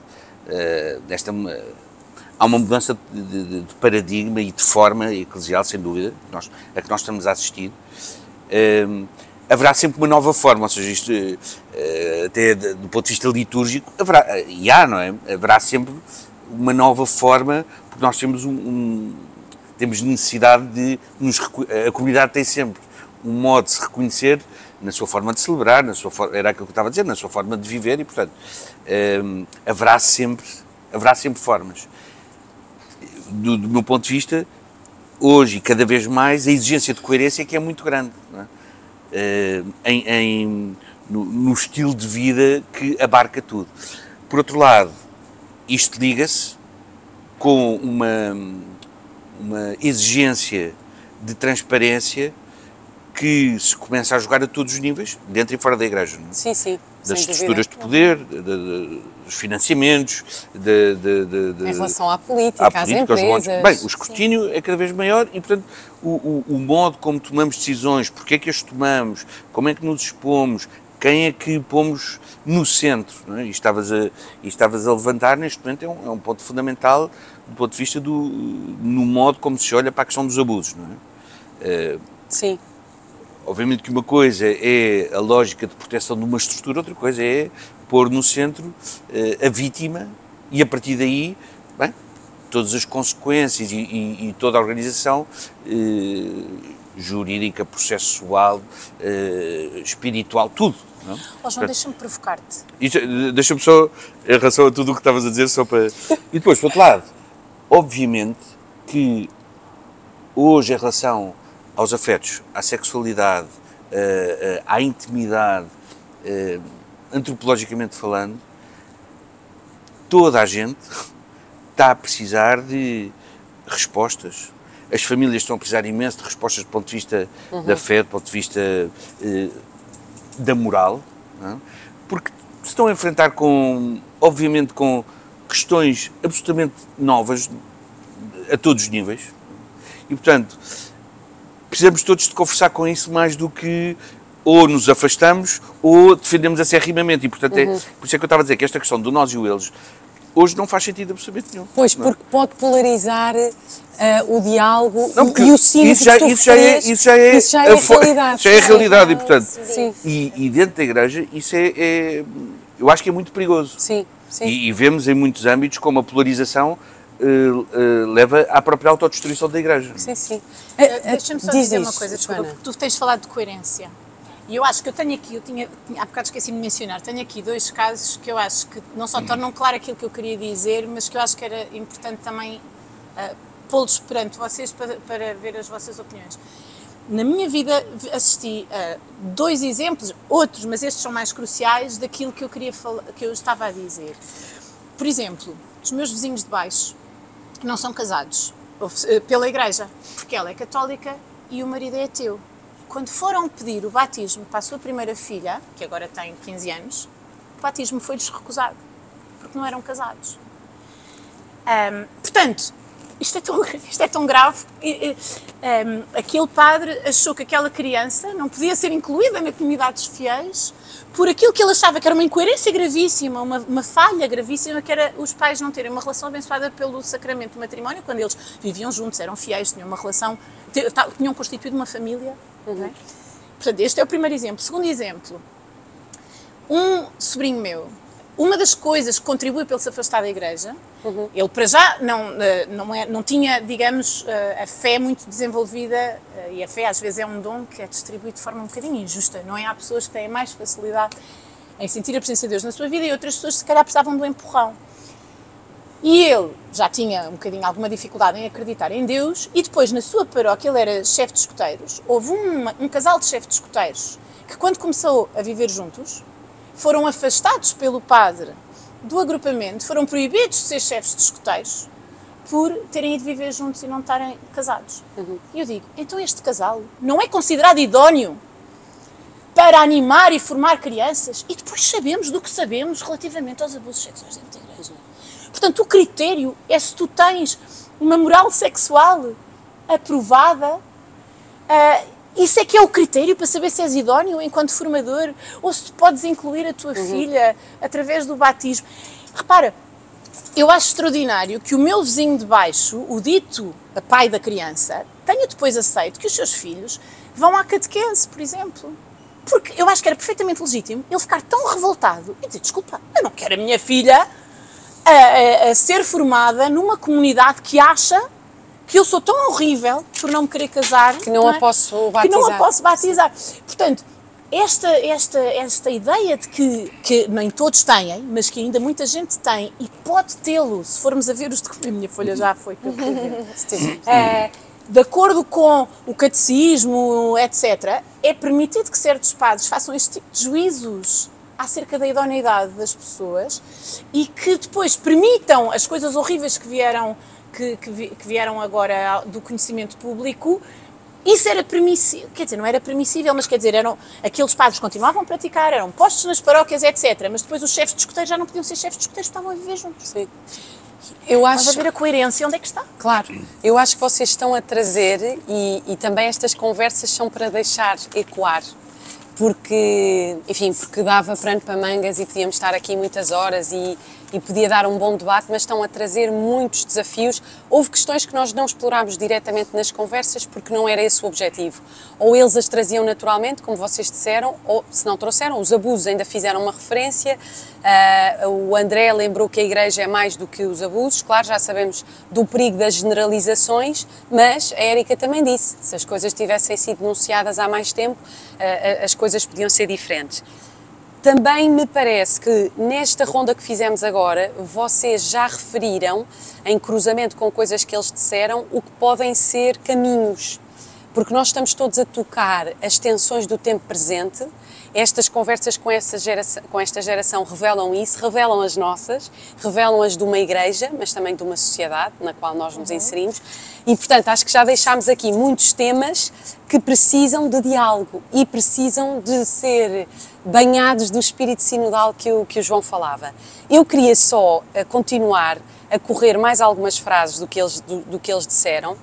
há uma mudança de paradigma e de forma eclesial, sem dúvida, a que nós estamos a assistir. Haverá sempre uma nova forma, ou seja, isto, até do ponto de vista litúrgico, não é? Haverá sempre uma nova forma, porque nós temos necessidade de a comunidade tem sempre um modo de se reconhecer na sua forma de celebrar, era aquilo que eu estava a dizer, na sua forma de viver e, portanto, haverá sempre formas. Do meu ponto de vista, hoje, cada vez mais, a exigência de coerência é que é muito grande, não é? No estilo de vida que abarca tudo. Por outro lado, isto liga-se com uma exigência de transparência que se começa a jogar a todos os níveis, dentro e fora da Igreja. Não é? Sim, sim. Das estruturas de poder, dos financiamentos, em relação à política, às empresas. Bem, o escrutínio é cada vez maior e, portanto, o modo como tomamos decisões, porque é que as tomamos, como é que nos expomos, quem é que pomos no centro, não é? E estavas a levantar, neste momento, é um ponto fundamental do ponto de vista no modo como se olha para a questão dos abusos, não é? Sim. Obviamente que uma coisa é a lógica de proteção de uma estrutura, outra coisa é pôr no centro a vítima e, a partir daí, bem, todas as consequências e toda a organização jurídica, processual, espiritual, tudo. Não? Oh, João, deixa-me provocar-te. Deixa-me só, em relação a tudo o que estavas a dizer, só para... E depois, por outro lado, obviamente que hoje, em relação aos afetos, à sexualidade, à intimidade, antropologicamente falando, toda a gente está a precisar de respostas. As famílias estão a precisar imenso de respostas do ponto de vista da fé, do ponto de vista da moral, não é? Porque se estão a enfrentar obviamente, com questões absolutamente novas a todos os níveis e, portanto, precisamos todos de conversar com isso mais do que ou nos afastamos ou defendemos acerrimamente e, portanto, por isso é que eu estava a dizer que esta questão do nós e o eles hoje não faz sentido absolutamente nenhum. Pois, porque pode polarizar o diálogo e o símbolo isso já é a realidade. Já é a realidade e, portanto, Sim. E dentro da Igreja isso eu acho que é muito perigoso. Sim, sim. E vemos em muitos âmbitos como a polarização leva à própria autodestruição da Igreja. Sim, sim. Deixa-me só dizer uma coisa, desculpa, porque tu tens falado de coerência. E eu acho que eu tenho aqui, há bocado esqueci de mencionar, tenho aqui 2 casos que eu acho que não só tornam claro aquilo que eu queria dizer, mas que eu acho que era importante também pô-los perante vocês para ver as vossas opiniões. Na minha vida assisti a 2 exemplos, outros, mas estes são mais cruciais, daquilo que eu queria falar, que eu estava a dizer. Por exemplo, os meus vizinhos de baixo não são casados pela Igreja, porque ela é católica e o marido é ateu. Quando foram pedir o batismo para a sua primeira filha, que agora tem 15 anos, o batismo foi-lhes recusado, porque não eram casados. Portanto, isto é tão grave. Aquele padre achou que aquela criança não podia ser incluída na comunidade dos fiéis por aquilo que ele achava que era uma incoerência gravíssima, uma falha gravíssima, que era os pais não terem uma relação abençoada pelo sacramento do matrimónio, quando eles viviam juntos, eram fiéis, tinham uma relação, tinham constituído uma família. Não é? Portanto, este é o primeiro exemplo. Segundo exemplo, um sobrinho meu, uma das coisas que contribui para ele se afastar da Igreja, ele para já não tinha, digamos, a fé muito desenvolvida, e a fé às vezes é um dom que é distribuído de forma um bocadinho injusta, não é? Há pessoas que têm mais facilidade em sentir a presença de Deus na sua vida e outras pessoas se calhar precisavam do empurrão. E ele já tinha um bocadinho alguma dificuldade em acreditar em Deus e depois na sua paróquia, ele era chefe de escoteiros, houve um casal de chefes de escoteiros que quando começou a viver juntos, foram afastados pelo padre do agrupamento, foram proibidos de ser chefes de escoteiros por terem ido viver juntos e não estarem casados. E eu digo, então este casal não é considerado idóneo para animar e formar crianças? E depois sabemos do que sabemos relativamente aos abusos sexuais dentro da Igreja. Portanto, o critério é se tu tens uma moral sexual aprovada. Isso é que é o critério para saber se és idóneo enquanto formador, ou se tu podes incluir a tua filha através do batismo. Repara, eu acho extraordinário que o meu vizinho de baixo, o dito pai da criança, tenha depois aceito que os seus filhos vão à catequese, por exemplo. Porque eu acho que era perfeitamente legítimo ele ficar tão revoltado e dizer, desculpa, eu não quero a minha filha a ser formada numa comunidade que acha que eu sou tão horrível por não me querer casar que não a posso batizar. Que não a posso batizar. Portanto, esta ideia de que nem todos têm, mas que ainda muita gente tem e pode tê-lo, se formos a ver os documentos, a minha folha já foi que eu de acordo com o catecismo, etc., é permitido que certos padres façam este tipo de juízos acerca da idoneidade das pessoas e que depois permitam as coisas horríveis que vieram agora do conhecimento público. Isso era permissível, quer dizer, não era permissível, mas quer dizer, aqueles padres continuavam a praticar, eram postos nas paróquias, etc. Mas depois os chefes de escoteiros já não podiam ser chefes de escoteiros, estavam a viver juntos. Sim. Eu acho... Estás a ver a coerência, onde é que está? Claro, eu acho que vocês estão a trazer, e também estas conversas são para deixar ecoar, porque, enfim, porque dava pano para mangas e podíamos estar aqui muitas horas e podia dar um bom debate, mas estão a trazer muitos desafios. Houve questões que nós não explorámos diretamente nas conversas porque não era esse o objetivo. Ou eles as traziam naturalmente, como vocês disseram, ou se não trouxeram, os abusos ainda fizeram uma referência. O André lembrou que a Igreja é mais do que os abusos. Claro, já sabemos do perigo das generalizações, mas a Érica também disse, se as coisas tivessem sido denunciadas há mais tempo, as coisas podiam ser diferentes. Também me parece que nesta ronda que fizemos agora, vocês já referiram, em cruzamento com coisas que eles disseram, o que podem ser caminhos, porque nós estamos todos a tocar as tensões do tempo presente. Estas conversas com esta geração revelam isso, revelam as nossas, revelam as de uma igreja, mas também de uma sociedade na qual nós nos inserimos. E, portanto, acho que já deixámos aqui muitos temas que precisam de diálogo e precisam de ser banhados do espírito sinodal que o João falava. Eu queria só continuar a correr mais algumas frases do que eles disseram.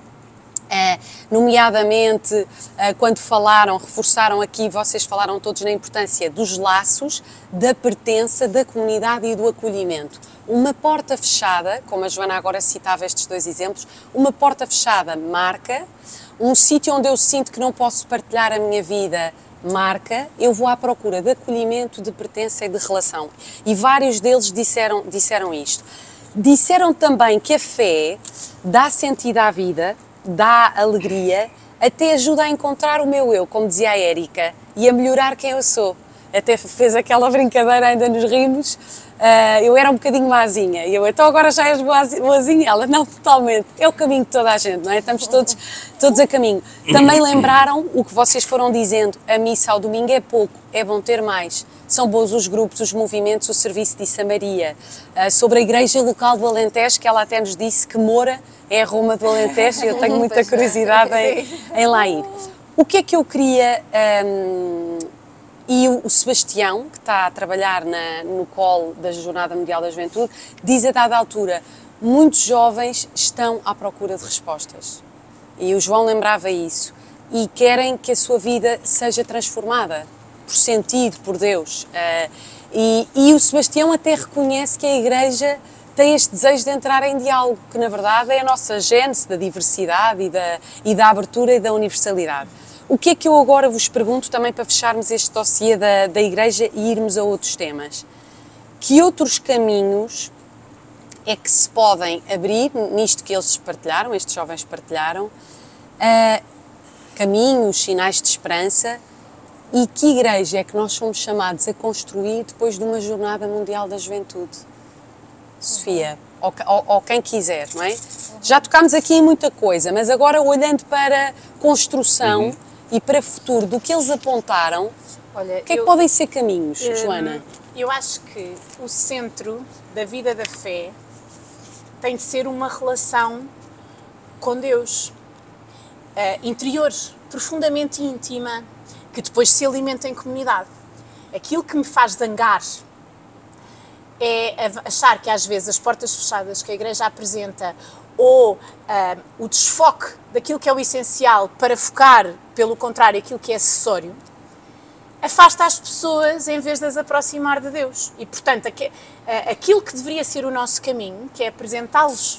Nomeadamente, quando falaram, reforçaram aqui, vocês falaram todos na importância dos laços, da pertença, da comunidade e do acolhimento. Uma porta fechada, como a Joana agora citava estes dois exemplos, uma porta fechada marca, um sítio onde eu sinto que não posso partilhar a minha vida marca, eu vou à procura de acolhimento, de pertença e de relação. E vários deles disseram isto. Disseram também que a fé dá sentido à vida, dá alegria, até ajuda a encontrar o meu eu, como dizia a Érica, e a melhorar quem eu sou. Até fez aquela brincadeira, ainda nos rimos, eu era um bocadinho mazinha, e eu, então agora já és boazinha? Ela, não, totalmente, é o caminho de toda a gente, não é? Estamos todos a caminho. Também lembraram o que vocês foram dizendo, a missa ao domingo é pouco, é bom ter mais. São bons os grupos, os movimentos, o serviço de Samaria. Sobre a igreja local do Alentejo, que ela até nos disse que Moura é a Roma do Alentejo, e eu tenho muita curiosidade em lá ir. O que é que eu queria... E o Sebastião, que está a trabalhar no colo da Jornada Mundial da Juventude, diz a dada altura, muitos jovens estão à procura de respostas. E o João lembrava isso. E querem que a sua vida seja transformada, por sentido, por Deus. E o Sebastião até reconhece que a Igreja tem este desejo de entrar em diálogo, que na verdade é a nossa gênese da diversidade e da abertura e da universalidade. O que é que eu agora vos pergunto, também para fecharmos este dossiê da Igreja e irmos a outros temas? Que outros caminhos é que se podem abrir, nisto que eles partilharam, estes jovens partilharam, caminhos, sinais de esperança, e que Igreja é que nós somos chamados a construir depois de uma Jornada Mundial da Juventude? Sofia, ou quem quiser, não é? Já tocámos aqui em muita coisa, mas agora olhando para construção e para futuro, do que eles apontaram, olha, o que é que podem ser caminhos, Joana? Eu acho que o centro da vida da fé tem de ser uma relação com Deus, interior, profundamente íntima, que depois se alimenta em comunidade. Aquilo que me faz zangar é achar que às vezes as portas fechadas que a Igreja apresenta ou o desfoque daquilo que é o essencial para focar, pelo contrário, aquilo que é acessório, afasta as pessoas em vez de as aproximar de Deus. E, portanto, aquilo que deveria ser o nosso caminho, que é apresentá-los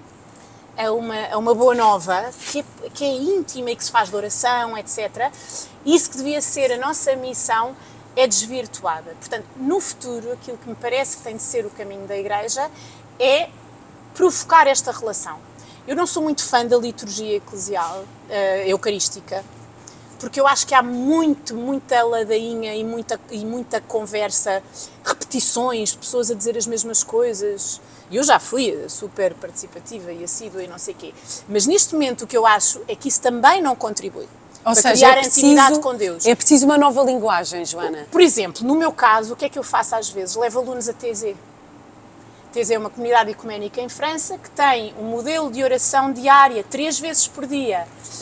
a uma boa nova, que é íntima e que se faz de oração, etc., isso que devia ser a nossa missão é desvirtuada. Portanto, no futuro, aquilo que me parece que tem de ser o caminho da Igreja é provocar esta relação. Eu não sou muito fã da liturgia eclesial, eucarística, porque eu acho que há muita ladainha e muita conversa, repetições, pessoas a dizer as mesmas coisas. Eu já fui super participativa e assídua e não sei o quê. Mas neste momento o que eu acho é que isso também não contribui Ou para seja, criar intimidade com Deus. É preciso uma nova linguagem, Joana. Por exemplo, no meu caso, o que é que eu faço às vezes? Levo alunos a TZ. TZ é uma comunidade ecuménica em França que tem um modelo de oração diária, 3 vezes por dia,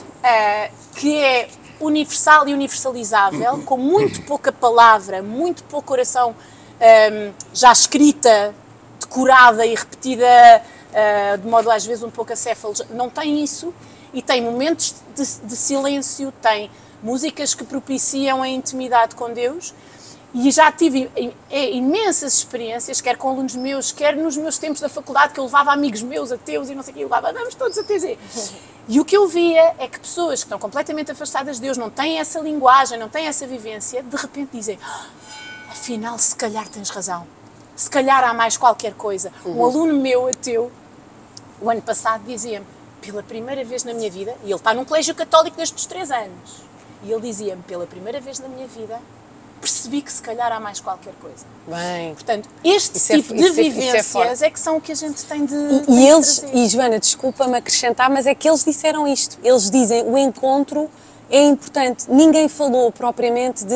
que é universal e universalizável, com muito pouca palavra, muito pouca oração já escrita, decorada e repetida, de modo às vezes um pouco acéfalo. Não tem isso, e tem momentos de silêncio, tem músicas que propiciam a intimidade com Deus. E já tive imensas experiências, quer com alunos meus, quer nos meus tempos da faculdade, que eu levava amigos meus, ateus e não sei o que, vamos todos a TZ. E o que eu via é que pessoas que estão completamente afastadas de Deus, não têm essa linguagem, não têm essa vivência, de repente dizem, afinal, se calhar tens razão, se calhar há mais qualquer coisa. Um aluno meu, ateu, o ano passado, dizia-me, pela primeira vez na minha vida, e ele está num colégio católico desde os 3 anos, e ele dizia-me, pela primeira vez na minha vida, percebi que se calhar há mais qualquer coisa. Bem, portanto, este tipo de vivências é que são o que a gente tem de trazer. E Joana, desculpa-me acrescentar, mas é que eles disseram isto. Eles dizem, o encontro é importante. Ninguém falou propriamente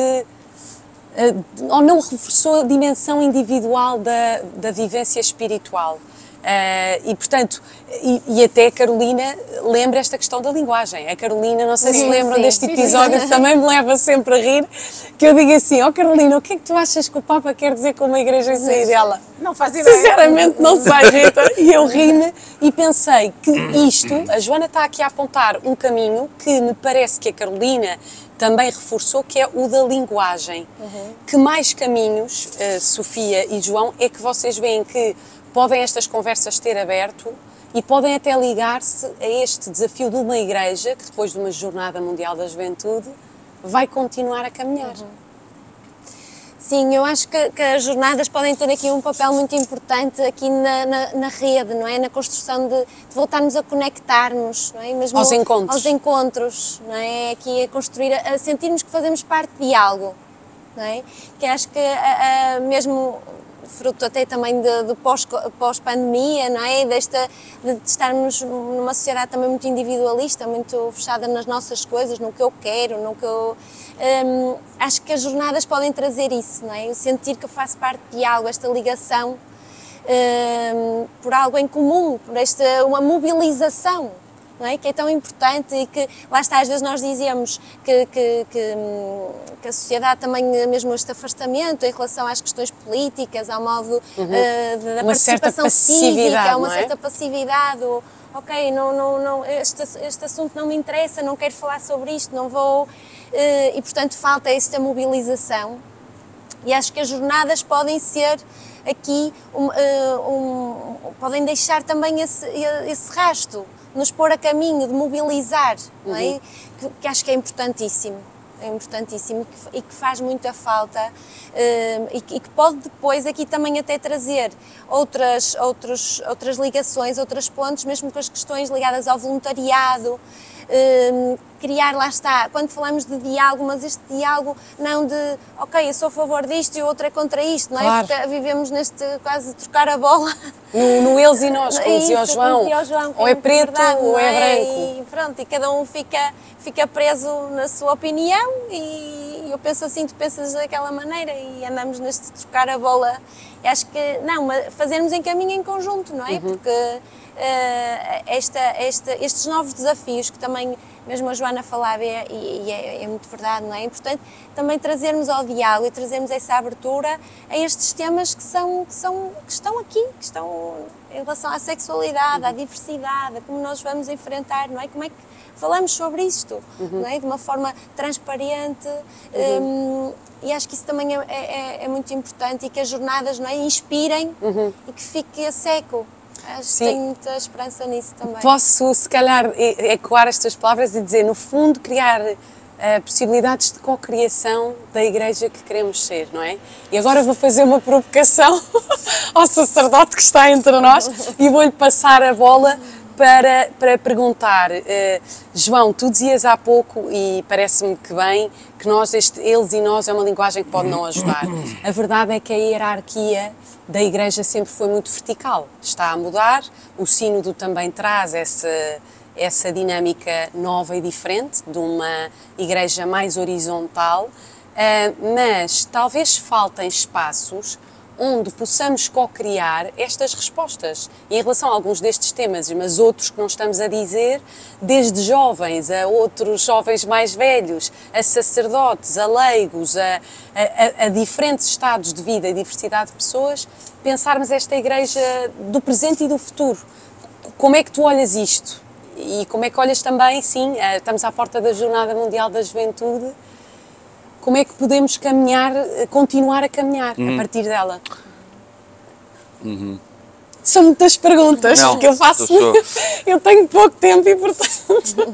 ou não reforçou a dimensão individual da vivência espiritual. E portanto, e até a Carolina lembra esta questão da linguagem. A Carolina, não sei se lembram deste episódio, que também me leva sempre a rir, que eu digo assim, Carolina, o que é que tu achas que o Papa quer dizer com uma igreja sair dela? Não faz ideia. Sinceramente não sei, Rita. E eu ri-me e pensei que isto, a Joana está aqui a apontar um caminho que me parece que a Carolina também reforçou, que é o da linguagem. Que mais caminhos, Sofia e João, é que vocês veem que podem estas conversas ter aberto e podem até ligar-se a este desafio de uma igreja que, depois de uma Jornada Mundial da Juventude, vai continuar a caminhar? Sim, eu acho que as jornadas podem ter aqui um papel muito importante aqui na rede, não é? Na construção de voltarmos a conectar-nos, não é? Mesmo aos encontros. Aos encontros, não é? Aqui a construir, a sentirmos que fazemos parte de algo, não é? Que acho que mesmo fruto até também do pós-pandemia, não é? De estarmos numa sociedade também muito individualista, muito fechada nas nossas coisas, no que eu quero, no que eu... acho que as jornadas podem trazer isso, não é? Eu sentir que eu faço parte de algo, esta ligação por algo em comum, por uma mobilização, não é? Que é tão importante e que, lá está, às vezes nós dizemos que a sociedade também, mesmo este afastamento em relação às questões políticas, ao modo da participação cívica, uma certa passividade, ok, este assunto não me interessa, não quero falar sobre isto, não vou... E, portanto, falta esta mobilização e acho que as jornadas podem ser aqui, podem deixar também esse rasto, nos pôr a caminho de mobilizar, não é? Que acho que é importantíssimo e que faz muita falta e que pode depois aqui também até trazer outras ligações, outras pontes, mesmo com as questões ligadas ao voluntariado, criar, lá está, quando falamos de diálogo, mas este diálogo não de, ok, eu sou a favor disto e o outro é contra isto, não é? Claro. Porque vivemos neste quase trocar a bola. No eles e nós, como dizia o João, ou é preto verdade, ou é branco. E pronto, e cada um fica preso na sua opinião e eu penso assim, tu pensas daquela maneira e andamos neste trocar a bola. E acho que, não, fazermos em caminho em conjunto, não é? Porque estes novos desafios que também mesmo a Joana falava e é muito verdade, não é? É importante também trazermos ao diálogo e trazermos essa abertura a estes temas que estão aqui, que estão em relação à sexualidade, à diversidade, a como nós vamos enfrentar, não é? Como é que falamos sobre isto, não é? De uma forma transparente, e acho que isso também é muito importante, e que as jornadas, não é, inspirem e que fique esse eco. Acho que tenho muita esperança nisso também. Posso, se calhar, ecoar as tuas palavras e dizer, no fundo, criar possibilidades de cocriação da igreja que queremos ser, não é? E agora vou fazer uma provocação ao sacerdote que está entre nós e vou-lhe passar a bola para perguntar, João, tu dizias há pouco, e parece-me que bem, que eles e nós é uma linguagem que pode não ajudar. A verdade é que a hierarquia da igreja sempre foi muito vertical. Está a mudar, o sínodo também traz essa dinâmica nova e diferente, de uma igreja mais horizontal, mas talvez faltem espaços onde possamos co-criar estas respostas. E em relação a alguns destes temas, mas outros que não estamos a dizer, desde jovens a outros jovens mais velhos, a sacerdotes, a leigos, a diferentes estados de vida e diversidade de pessoas, pensarmos esta igreja do presente e do futuro. Como é que tu olhas isto? E como é que olhas também, sim, estamos à porta da Jornada Mundial da Juventude, como é que podemos caminhar, continuar a caminhar a partir dela? São muitas perguntas que eu faço. Eu tenho pouco tempo e, portanto...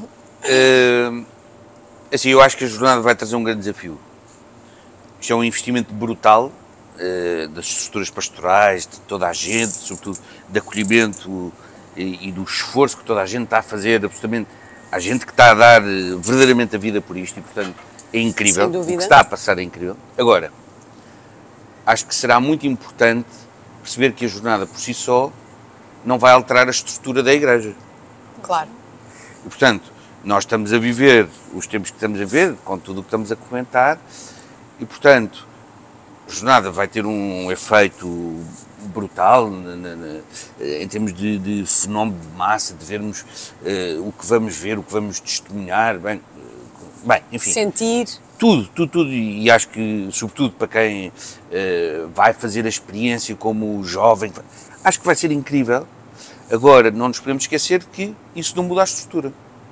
Assim, eu acho que a jornada vai trazer um grande desafio. Isto é um investimento brutal das estruturas pastorais, de toda a gente, sobretudo de acolhimento e do esforço que toda a gente está a fazer, absolutamente, a gente que está a dar verdadeiramente a vida por isto, e, portanto, é incrível. O que está a passar é incrível. Agora, acho que será muito importante perceber que a jornada por si só não vai alterar a estrutura da igreja. Claro. E, portanto, nós estamos a viver os tempos que estamos a ver, com tudo o que estamos a comentar, e, portanto, a jornada vai ter um efeito brutal em termos de fenómeno de massa, de vermos o que vamos ver, o que vamos testemunhar, bem, enfim. Sentir. Tudo, e acho que, sobretudo para quem vai fazer a experiência como jovem, acho que vai ser incrível. Agora, não nos podemos esquecer que isso não muda a estrutura.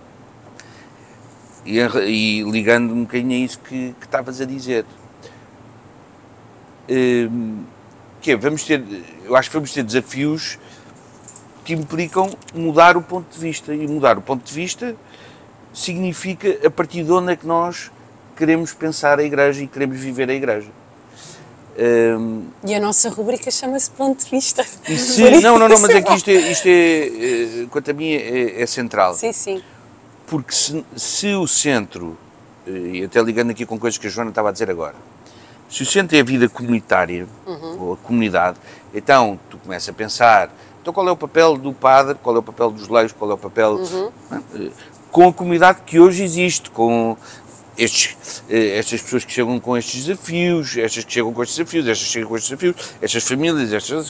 E ligando um bocadinho a isso que estavas a dizer, eu acho que vamos ter desafios que implicam mudar o ponto de vista, e mudar o ponto de vista significa a partir de onde é que nós queremos pensar a igreja e queremos viver a igreja. E a nossa rubrica chama-se Ponto de Vista. Não, mas é que isto é quanto a mim, é central. Sim. Porque se o centro, e até ligando aqui com coisas que a Joana estava a dizer agora, se o centro é a vida comunitária, ou a comunidade, então tu começas a pensar, então qual é o papel do padre, qual é o papel dos leigos, qual é o papel... com a comunidade que hoje existe, com estas pessoas que chegam com estes desafios, estas que chegam com estes desafios, estas que chegam com estes desafios, estas famílias, estas...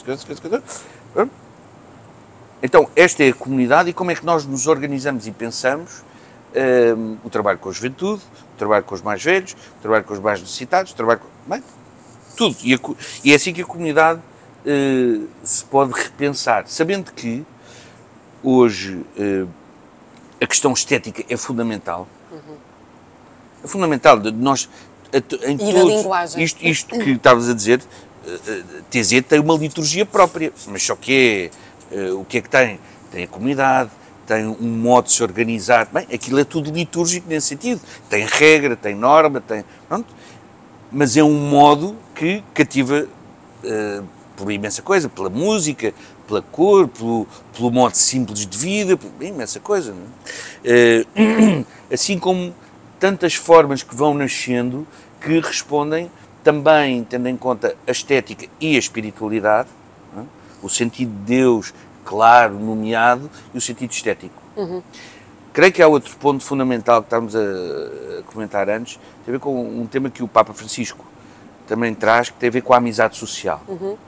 Então, esta é a comunidade, e como é que nós nos organizamos e pensamos o trabalho com a juventude, o trabalho com os mais velhos, o trabalho com os mais necessitados, o trabalho com... Bem, tudo. E é assim que a comunidade se pode repensar, sabendo que hoje a questão estética é fundamental. É fundamental. Nós, em e da linguagem. Isto que estavas a dizer, TZ tem uma liturgia própria, mas só que o que é que tem? Tem a comunidade, tem um modo de se organizar. Bem, aquilo é tudo litúrgico nesse sentido. Tem regra, tem norma, pronto. Mas é um modo que cativa por imensa coisa, pela música, pela cor, pelo modo simples de vida, imensa coisa. Não é? Assim como tantas formas que vão nascendo que respondem também tendo em conta a estética e a espiritualidade, não é? O sentido de Deus claro, nomeado, e o sentido estético. Creio que há outro ponto fundamental que estávamos a comentar antes, tem a ver com um tema que o Papa Francisco também traz, que tem a ver com a amizade social.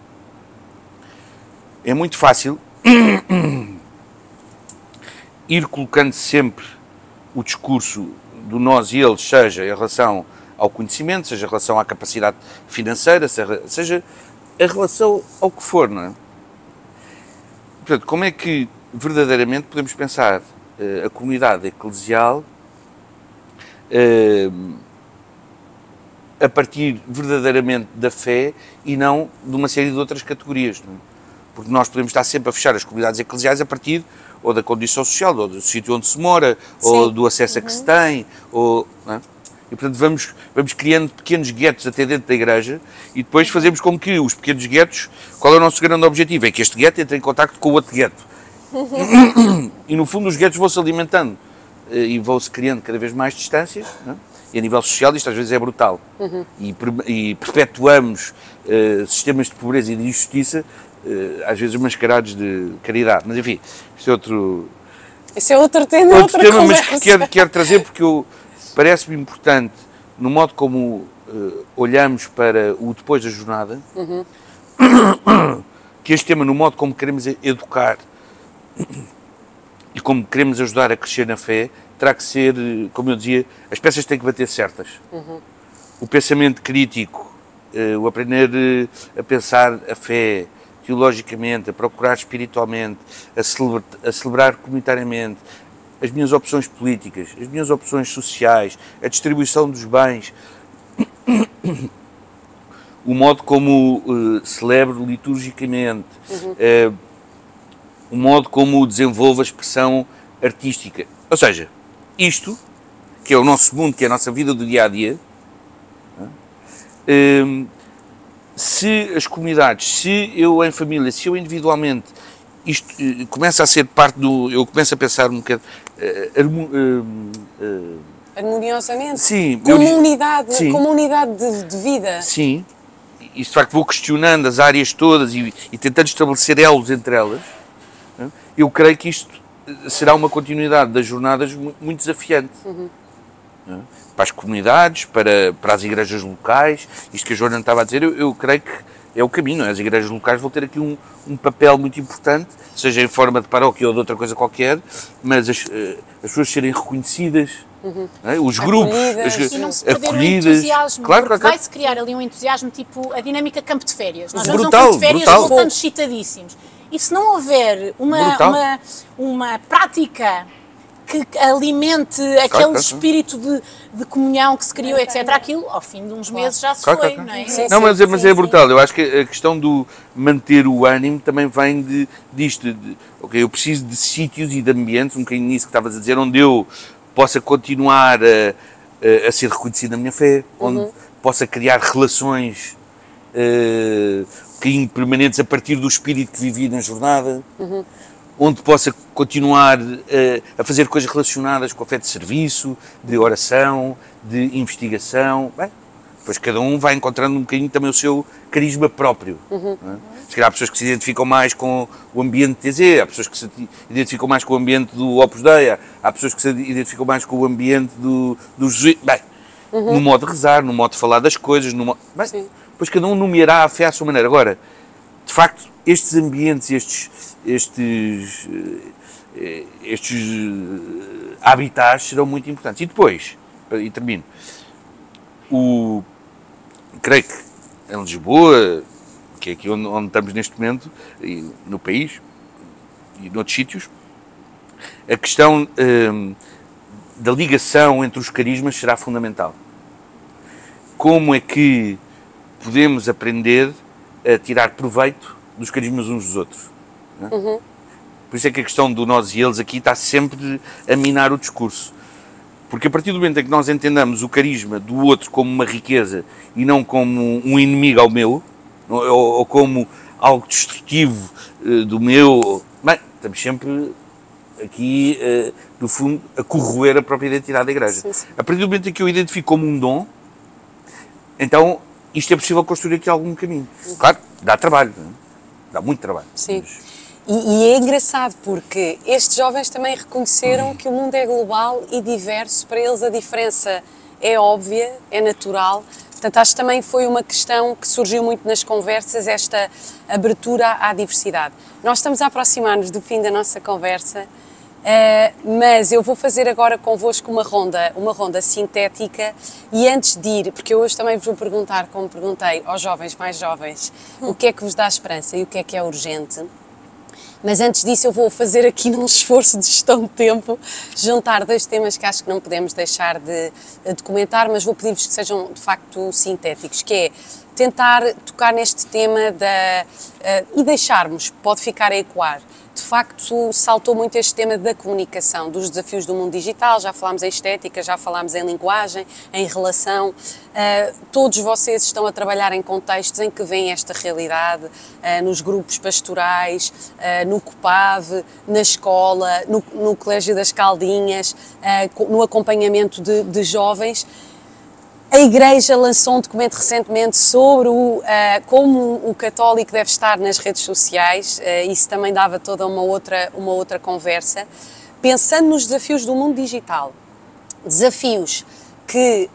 É muito fácil ir colocando sempre o discurso do nós e eles seja em relação ao conhecimento, seja em relação à capacidade financeira, seja em relação ao que for, não é? Portanto, como é que verdadeiramente podemos pensar a comunidade eclesial a partir verdadeiramente da fé e não de uma série de outras categorias, não é? Porque nós podemos estar sempre a fechar as comunidades eclesiais a partir ou da condição social, ou do sítio onde se mora, ou do acesso a que se tem, ou, não é? E, portanto, vamos criando pequenos guetos até dentro da igreja e depois fazemos com que os pequenos guetos, qual é o nosso grande objetivo? É que este gueto entre em contacto com o outro gueto. E, no fundo, os guetos vão-se alimentando e vão-se criando cada vez mais distâncias, não é? E a nível social isto às vezes é brutal. E perpetuamos sistemas de pobreza e de injustiça, às vezes mascarados de caridade. Mas, enfim, isto é outro... Esse é outro tema, outro tema, mas que quero trazer porque parece-me importante, no modo como olhamos para o depois da jornada, que este tema, no modo como queremos educar e como queremos ajudar a crescer na fé, terá que ser, como eu dizia, as peças têm que bater certas. O pensamento crítico, o aprender a pensar a fé teologicamente, a procurar espiritualmente, a celebrar comunitariamente, as minhas opções políticas, as minhas opções sociais, a distribuição dos bens, o modo como celebro liturgicamente, o modo como desenvolvo a expressão artística. Ou seja, isto, que é o nosso mundo, que é a nossa vida do dia-a-dia, se as comunidades, se eu em família, se eu individualmente, isto começa a ser parte do... Eu começo a pensar um bocado... harmoniosamente? Sim. Como unidade de vida? Sim. E de facto vou questionando as áreas todas e tentando estabelecer elos entre elas. Eu creio que isto será uma continuidade das jornadas muito desafiante. Para as comunidades, para as igrejas locais, isto que a Joana estava a dizer, eu creio que é o caminho. As igrejas locais vão ter aqui um papel muito importante, seja em forma de paróquia ou de outra coisa qualquer, mas as pessoas serem reconhecidas, os grupos, e não se perder o entusiasmo, claro. Vai-se criar ali um entusiasmo tipo a dinâmica campo de férias. Nós vamos a um campo de férias e voltamos excitadíssimos. E se não houver uma prática que alimente aquele espírito de comunhão que se criou, etc., aquilo, ao fim de uns meses já se foi, não é? Não, mas é brutal. Eu acho que a questão do manter o ânimo também vem disto. Ok, eu preciso de sítios e de ambientes, um bocadinho nisso que estavas a dizer, onde eu possa continuar a ser reconhecido na minha fé, onde possa criar relações permanentes a partir do espírito que vivi na jornada, onde possa continuar a fazer coisas relacionadas com a fé de serviço, de oração, de investigação. Bem, depois cada um vai encontrando um bocadinho também o seu carisma próprio. Não é? Se calhar há pessoas que se identificam mais com o ambiente TZ, há pessoas que se identificam mais com o ambiente do Opus Dei, há pessoas que se identificam mais com o ambiente do jesuíta. Bem, no modo de rezar, no modo de falar das coisas, depois cada um nomeará a fé à sua maneira. Agora, de facto, estes ambientes, estes habitats serão muito importantes. E depois, e termino, creio que em Lisboa, que é aqui onde estamos neste momento, e no país, e noutros sítios, a questão da ligação entre os carismas será fundamental. Como é que podemos aprender a tirar proveito dos carismas uns dos outros? Não é? Por isso é que a questão do nós e eles aqui está sempre a minar o discurso. Porque a partir do momento em que nós entendamos o carisma do outro como uma riqueza e não como um inimigo ao meu, ou como algo destrutivo do meu, bem, estamos sempre aqui, no fundo, a corroer a própria identidade da Igreja. Sim. A partir do momento em que eu identifico como um dom, então isto é possível construir aqui algum caminho. Claro, dá trabalho, não é? Dá muito trabalho. Sim. E é engraçado porque estes jovens também reconheceram que o mundo é global e diverso. Para eles a diferença é óbvia, é natural. Portanto, acho que também foi uma questão que surgiu muito nas conversas, esta abertura à diversidade. Nós estamos a aproximar-nos do fim da nossa conversa. Mas eu vou fazer agora convosco uma ronda sintética e antes de ir, porque eu hoje também vos vou perguntar, como perguntei aos jovens mais jovens, o que é que vos dá esperança e o que é urgente. Mas antes disso eu vou fazer aqui num esforço de gestão de tempo, juntar 2 temas que acho que não podemos deixar de comentar, mas vou pedir-vos que sejam de facto sintéticos, que é tentar tocar neste tema e deixarmos, pode ficar a ecoar. De facto, saltou muito este tema da comunicação, dos desafios do mundo digital, já falámos em estética, já falámos em linguagem, em relação. Todos vocês estão a trabalhar em contextos em que veem esta realidade, nos grupos pastorais, no COPAV, na escola, no Colégio das Caldinhas, no acompanhamento de jovens. A Igreja lançou um documento recentemente sobre como o católico deve estar nas redes sociais, isso também dava toda uma outra conversa. Pensando nos desafios do mundo digital, desafios que,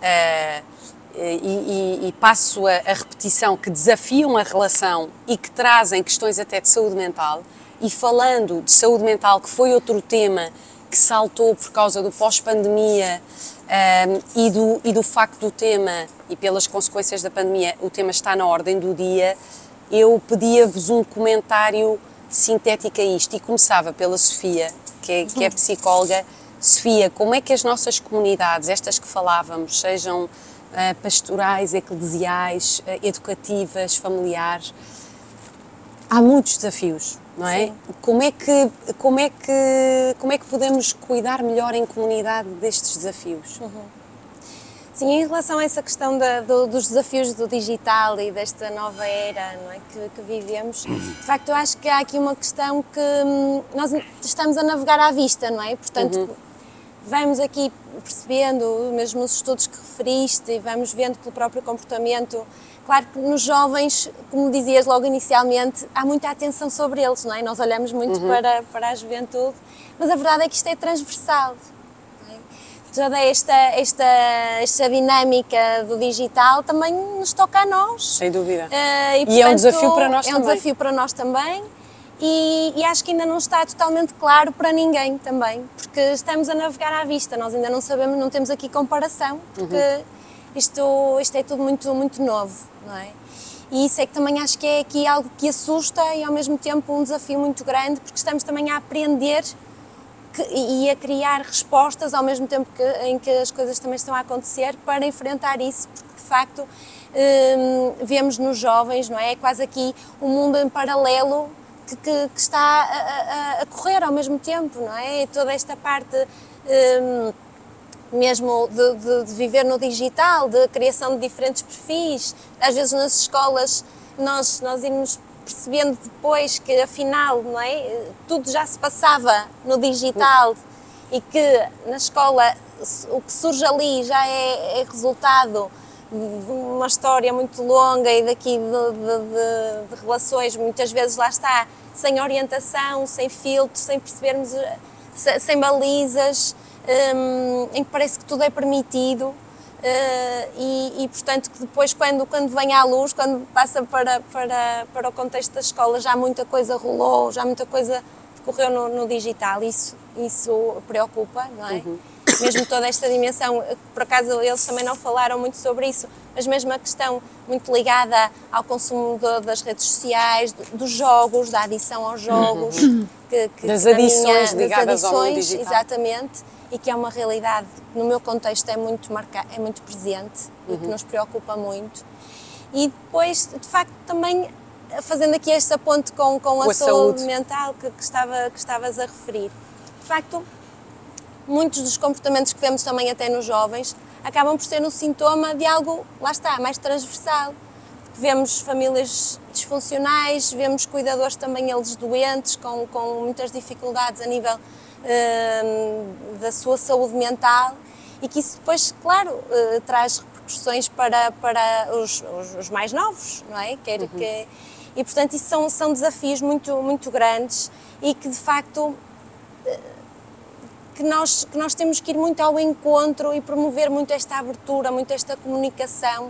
e passo a repetição, que desafiam a relação e que trazem questões até de saúde mental, e falando de saúde mental, que foi outro tema que saltou por causa do pós-pandemia, e do facto do tema, e pelas consequências da pandemia, o tema está na ordem do dia, eu pedia-vos um comentário sintético a isto, e começava pela Sofia, que é psicóloga. Sofia, como é que as nossas comunidades, estas que falávamos, sejam pastorais, eclesiais, educativas, familiares, há muitos desafios, não é? Sim. Como é que podemos cuidar melhor em comunidade destes desafios? Sim, em relação a essa questão dos desafios do digital e desta nova era, não é, que vivemos, de facto eu acho que há aqui uma questão que nós estamos a navegar à vista, não é? Portanto, vamos aqui percebendo, mesmo os estudos que referiste, e vamos vendo pelo próprio comportamento. Claro que nos jovens, como dizias logo inicialmente, há muita atenção sobre eles, não é? Nós olhamos muito para a juventude, mas a verdade é que isto é transversal. Não é? Toda esta dinâmica do digital também nos toca a nós. Sem dúvida. E, portanto, é um desafio para nós também. É um desafio para nós também. E acho que ainda não está totalmente claro para ninguém também, porque estamos a navegar à vista, nós ainda não sabemos, não temos aqui comparação, porque isto é tudo muito, muito novo, não é? E isso é que também acho que é aqui algo que assusta e ao mesmo tempo um desafio muito grande, porque estamos também a aprender e a criar respostas ao mesmo tempo em que as coisas também estão a acontecer para enfrentar isso, porque de facto vemos nos jovens, não é? É quase aqui um mundo em paralelo que está a correr ao mesmo tempo, não é? E toda esta parte mesmo de viver no digital, de criação de diferentes perfis, às vezes nas escolas nós irmos percebendo depois que afinal, não é? Tudo já se passava no digital e que na escola o que surge ali já é resultado de uma história muito longa e daqui de relações, muitas vezes lá está, sem orientação, sem filtro, sem percebermos, sem balizas, em que parece que tudo é permitido e portanto que depois quando vem à luz, quando passa para o contexto da escola, já muita coisa rolou, já muita coisa decorreu no digital, isso preocupa, não é? Mesmo toda esta dimensão, por acaso eles também não falaram muito sobre isso, mas mesmo a questão muito ligada ao consumo das redes sociais, dos jogos, da adição aos jogos. Das adições ligadas ao mundo digital. Exatamente, e que é uma realidade que no meu contexto é muito presente e que nos preocupa muito. E depois, de facto, também fazendo aqui esta ponte com a saúde mental que estavas a referir, de facto, muitos dos comportamentos que vemos também até nos jovens acabam por ser um sintoma de algo, lá está, mais transversal. Porque vemos famílias disfuncionais, vemos cuidadores também eles doentes, com muitas dificuldades a nível da sua saúde mental e que isso depois, claro, traz repercussões para os mais novos, não é? E portanto isso são desafios muito, muito grandes e que de facto que nós temos que ir muito ao encontro e promover muito esta abertura, muito esta comunicação,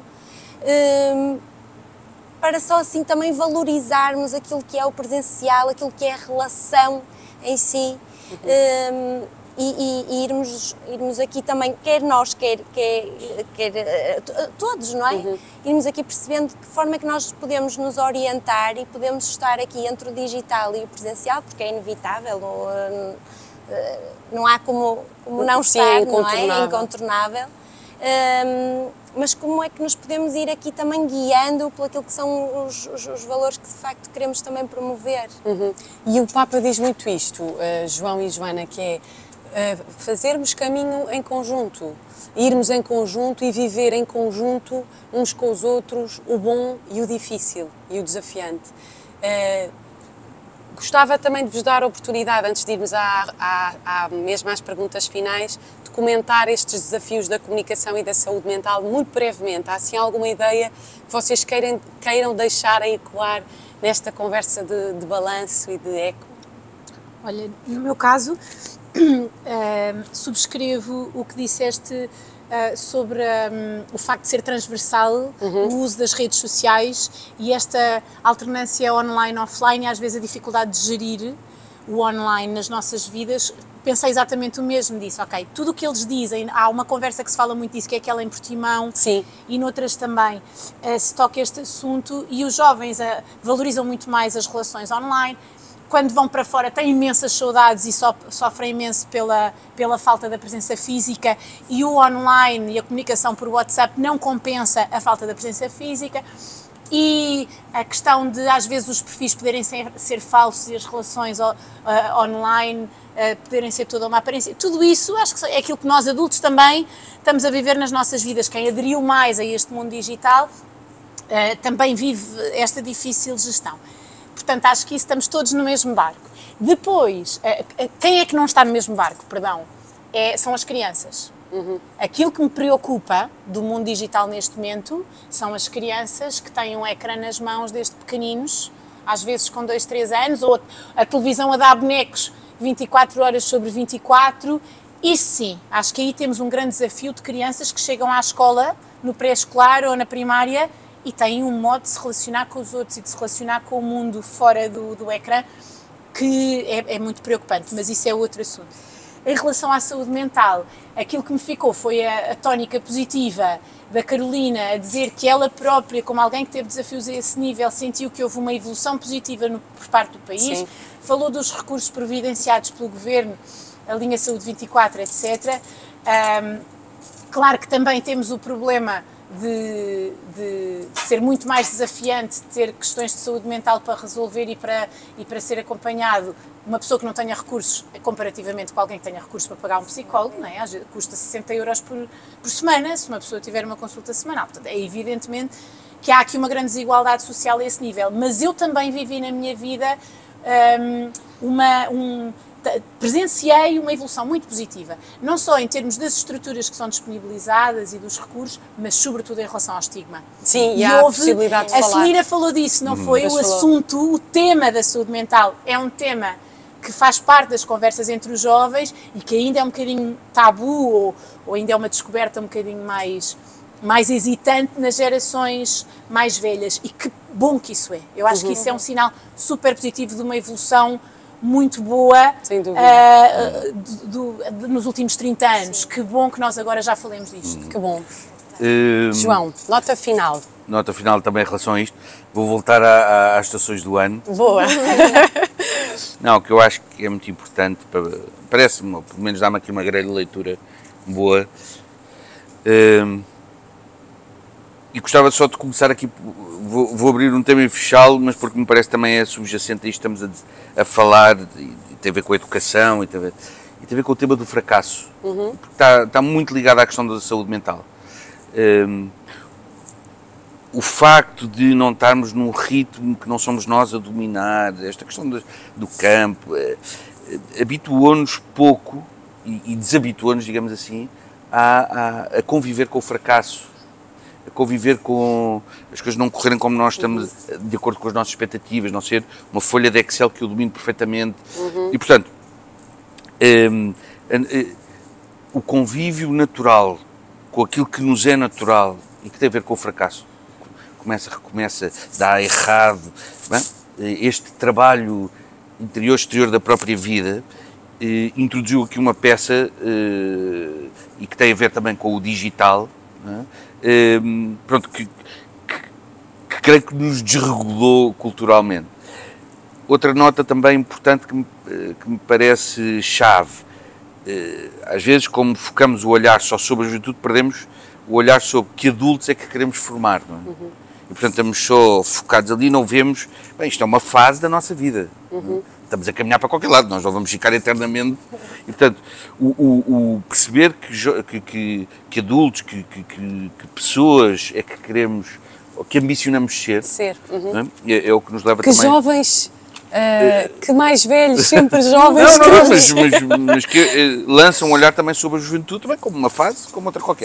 para só assim também valorizarmos aquilo que é o presencial, aquilo que é a relação em si. E irmos aqui também, quer nós, quer todos, não é? Irmos aqui percebendo de que forma é que nós podemos nos orientar e podemos estar aqui entre o digital e o presencial, porque é inevitável, não há como não estar, não é? É incontornável. Mas como é que nos podemos ir aqui também guiando por aquilo que são os valores que de facto queremos também promover. E o Papa diz muito isto, João e Joana, que é fazermos caminho em conjunto, irmos em conjunto e viver em conjunto uns com os outros o bom e o difícil e o desafiante. Gostava também de vos dar a oportunidade, antes de irmos mesmo às perguntas finais, de comentar estes desafios da comunicação e da saúde mental muito brevemente. Há assim alguma ideia que vocês queiram deixar a ecoar nesta conversa de balanço e de eco? Olha, no meu caso, subscrevo o que disseste sobre o facto de ser transversal, o uso das redes sociais e esta alternância online-offline e às vezes a dificuldade de gerir o online nas nossas vidas. Pensei exatamente o mesmo, disse, ok, tudo o que eles dizem, há uma conversa que se fala muito disso, que é aquela em Portimão. Sim. E noutras também se toca este assunto e os jovens valorizam muito mais as relações online. Quando vão para fora têm imensas saudades e sofrem imenso pela falta da presença física, e o online e a comunicação por WhatsApp não compensa a falta da presença física. E a questão de, às vezes, os perfis poderem ser falsos e as relações online poderem ser toda uma aparência. Tudo isso, acho que é aquilo que nós adultos também estamos a viver nas nossas vidas. Quem aderiu mais a este mundo digital também vive esta difícil gestão. Portanto, acho que isso estamos todos no mesmo barco. Depois, quem é que não está no mesmo barco, perdão? São as crianças. Aquilo que me preocupa do mundo digital neste momento são as crianças que têm um ecrã nas mãos desde pequeninos, às vezes com 2, 3 anos, ou a televisão a dar bonecos 24 horas sobre 24. Isso sim, acho que aí temos um grande desafio de crianças que chegam à escola, no pré-escolar ou na primária, e têm um modo de se relacionar com os outros e de se relacionar com o mundo fora do ecrã que é muito preocupante, mas isso é outro assunto. Em relação à saúde mental, aquilo que me ficou foi a tónica positiva da Carolina a dizer que ela própria, como alguém que teve desafios a esse nível, sentiu que houve uma evolução positiva por parte do país. Sim. Falou dos recursos providenciados pelo Governo, a linha Saúde 24, etc. Claro que também temos o problema de ser muito mais desafiante, de ter questões de saúde mental para resolver e para ser acompanhado. Uma pessoa que não tenha recursos, comparativamente com alguém que tenha recursos para pagar um psicólogo, não é? Às vezes custa 60 euros por semana, se uma pessoa tiver uma consulta semanal. Portanto, é evidentemente que há aqui uma grande desigualdade social a esse nível. Mas eu também vivi na minha vida presenciei uma evolução muito positiva, não só em termos das estruturas que são disponibilizadas e dos recursos, mas sobretudo em relação ao estigma. Sim, e há a possibilidade de falar. A Celina falou disso, não foi? O assunto, o tema da saúde mental é um tema que faz parte das conversas entre os jovens e que ainda é um bocadinho tabu ou ainda é uma descoberta um bocadinho mais hesitante nas gerações mais velhas, e que bom que isso é. Eu acho que isso é um sinal super positivo de uma evolução muito boa. Sem dúvida. Nos últimos 30 anos. Sim. Que bom que nós agora já falemos disto. Que bom. João, nota final. Nota final também em relação a isto. Vou voltar às estações do ano. Boa. Não, que eu acho que é muito importante, parece-me, pelo menos dá-me aqui uma grelha de leitura boa. E gostava só de começar aqui, vou abrir um tema e fechá-lo, mas porque me parece também é subjacente a isto que estamos a falar, e tem a ver com a educação, e tem a ver com o tema do fracasso, porque está muito ligado à questão da saúde mental. O facto de não estarmos num ritmo que não somos nós a dominar, esta questão do campo, habituou-nos pouco e desabituou-nos, digamos assim, a conviver com o fracasso, a conviver com as coisas não correrem como nós estamos, de acordo com as nossas expectativas, não ser uma folha de Excel que eu domino perfeitamente. E, portanto, o convívio natural com aquilo que nos é natural e que tem a ver com o fracasso, recomeça, dá errado, bem, este trabalho interior-exterior da própria vida, introduziu aqui uma peça e que tem a ver também com o digital, não é? Pronto, que creio que nos desregulou culturalmente. Outra nota também importante que me parece chave, às vezes, como focamos o olhar só sobre a juventude, perdemos o olhar sobre que adultos é que queremos formar, não é? E, portanto, estamos só focados ali, não vemos, bem, isto é uma fase da nossa vida. Estamos a caminhar para qualquer lado, nós não vamos ficar eternamente. E, portanto, o perceber que adultos, que pessoas é que queremos, ou que ambicionamos ser, não é? É o que nos leva que também... jovens, que mais velhos, sempre jovens. Mas que lançam um olhar também sobre a juventude, também como uma fase, como outra qualquer.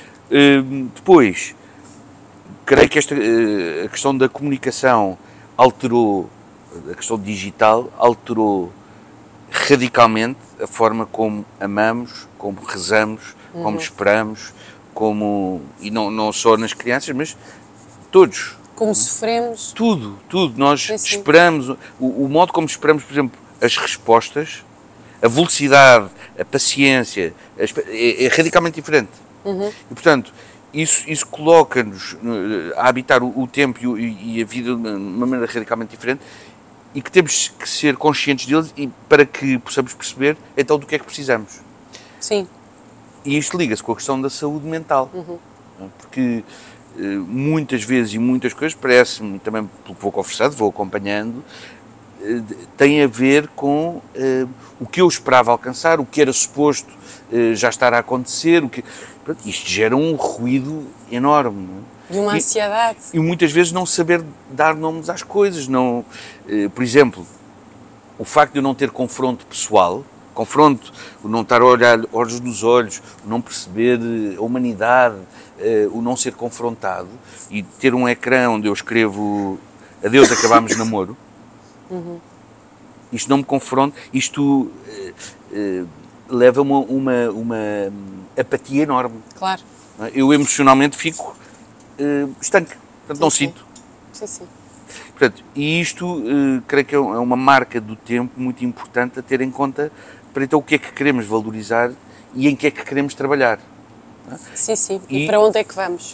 Depois, creio que a questão da comunicação alterou, a questão digital alterou radicalmente a forma como amamos, como rezamos, como esperamos, e não só nas crianças, mas todos. Como sofremos. Tudo. Nós esperamos, o modo como esperamos, por exemplo, as respostas, a velocidade, a paciência, é radicalmente diferente. E, portanto, isso coloca-nos a habitar o tempo e a vida de uma maneira radicalmente diferente e que temos que ser conscientes deles e para que possamos perceber, então, do que é que precisamos. Sim. E isto liga-se com a questão da saúde mental. Porque muitas vezes e muitas coisas, parece-me, também pelo que vou conversando, vou acompanhando, tem a ver com o que eu esperava alcançar, o que era suposto já estar a acontecer, isto gera um ruído enorme. Não é? E uma ansiedade. E muitas vezes não saber dar nomes às coisas. Por exemplo, o facto de eu não ter confronto pessoal, o não estar a olhar olhos nos olhos, o não perceber a humanidade, o não ser confrontado e ter um ecrã onde eu escrevo adeus, acabámos namoro, isto não me confronta, isto leva uma apatia enorme. Claro. Eu emocionalmente fico estanque, portanto não sinto. Sim. Portanto, e isto creio que é uma marca do tempo muito importante a ter em conta para então o que é que queremos valorizar e em que é que queremos trabalhar. Sim. E para onde é que vamos?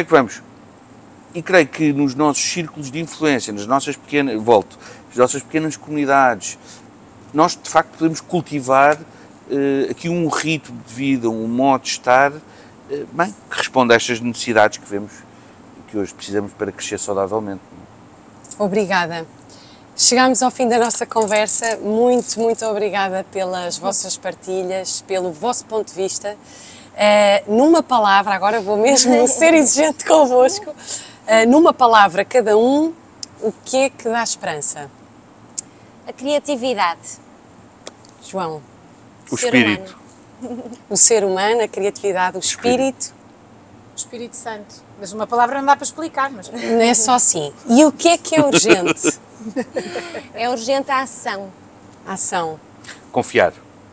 E creio que nos nossos círculos de influência, nas nossas pequenas comunidades, nós de facto podemos cultivar aqui um ritmo de vida, um modo de estar, que responde a estas necessidades que vemos que hoje precisamos para crescer saudavelmente. Obrigada. Chegámos ao fim da nossa conversa. Muito, muito obrigada pelas vossas partilhas, pelo vosso ponto de vista. Numa palavra, agora vou mesmo ser exigente convosco, numa palavra cada um, o que é que dá esperança? A criatividade. João? O espírito. O ser humano, a criatividade, o espírito. O Espírito Santo. Mas uma palavra não dá para explicar. Mas... Não é só assim. E o que é urgente? É urgente a ação. A ação. Confiar.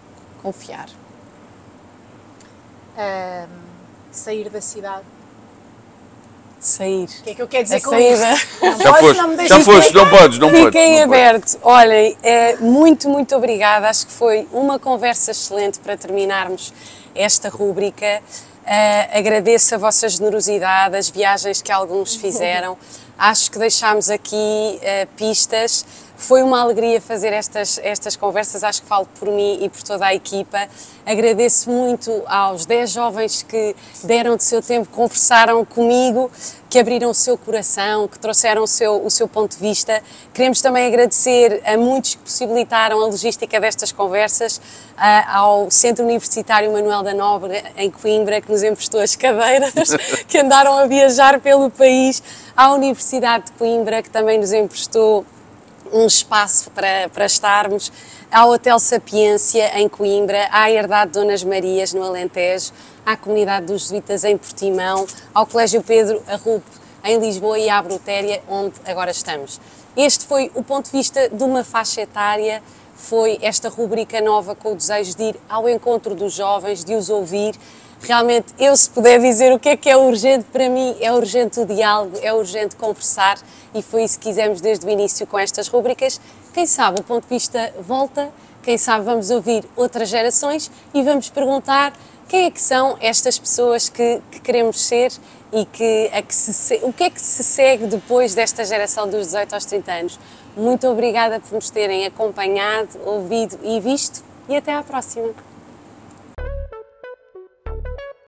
Sair da cidade. Sair. O que é que eu quero dizer a com saída. isso? Já foste, não podes. Fiquem abertos. Olhem, muito, muito obrigada. Acho que foi uma conversa excelente para terminarmos esta rúbrica. Agradeço a vossa generosidade, as viagens que alguns fizeram. Acho que deixámos aqui pistas. Foi uma alegria fazer estas conversas, acho que falo por mim e por toda a equipa. Agradeço muito aos 10 jovens que deram de seu tempo, conversaram comigo, que abriram o seu coração, que trouxeram o seu ponto de vista. Queremos também agradecer a muitos que possibilitaram a logística destas conversas, ao Centro Universitário Manuel da Nóbrega, em Coimbra, que nos emprestou as cadeiras, que andaram a viajar pelo país, à Universidade de Coimbra, que também nos emprestou um espaço para estarmos, ao Hotel Sapiência em Coimbra, à Herdade de Donas Marias no Alentejo, à Comunidade dos Jesuítas em Portimão, ao Colégio Pedro Arrupe em Lisboa e à Brutéria, onde agora estamos. Este foi o ponto de vista de uma faixa etária, foi esta rubrica nova com o desejo de ir ao encontro dos jovens, de os ouvir. Realmente, eu se puder dizer o que é urgente para mim, é urgente o diálogo, é urgente conversar e foi isso que quisemos desde o início com estas rubricas. Quem sabe o ponto de vista volta quem sabe vamos ouvir outras gerações e vamos perguntar quem é que são estas pessoas que queremos ser e o que é que se segue depois desta geração dos 18 aos 30 anos. Muito obrigada por nos terem acompanhado, ouvido e visto e até à próxima.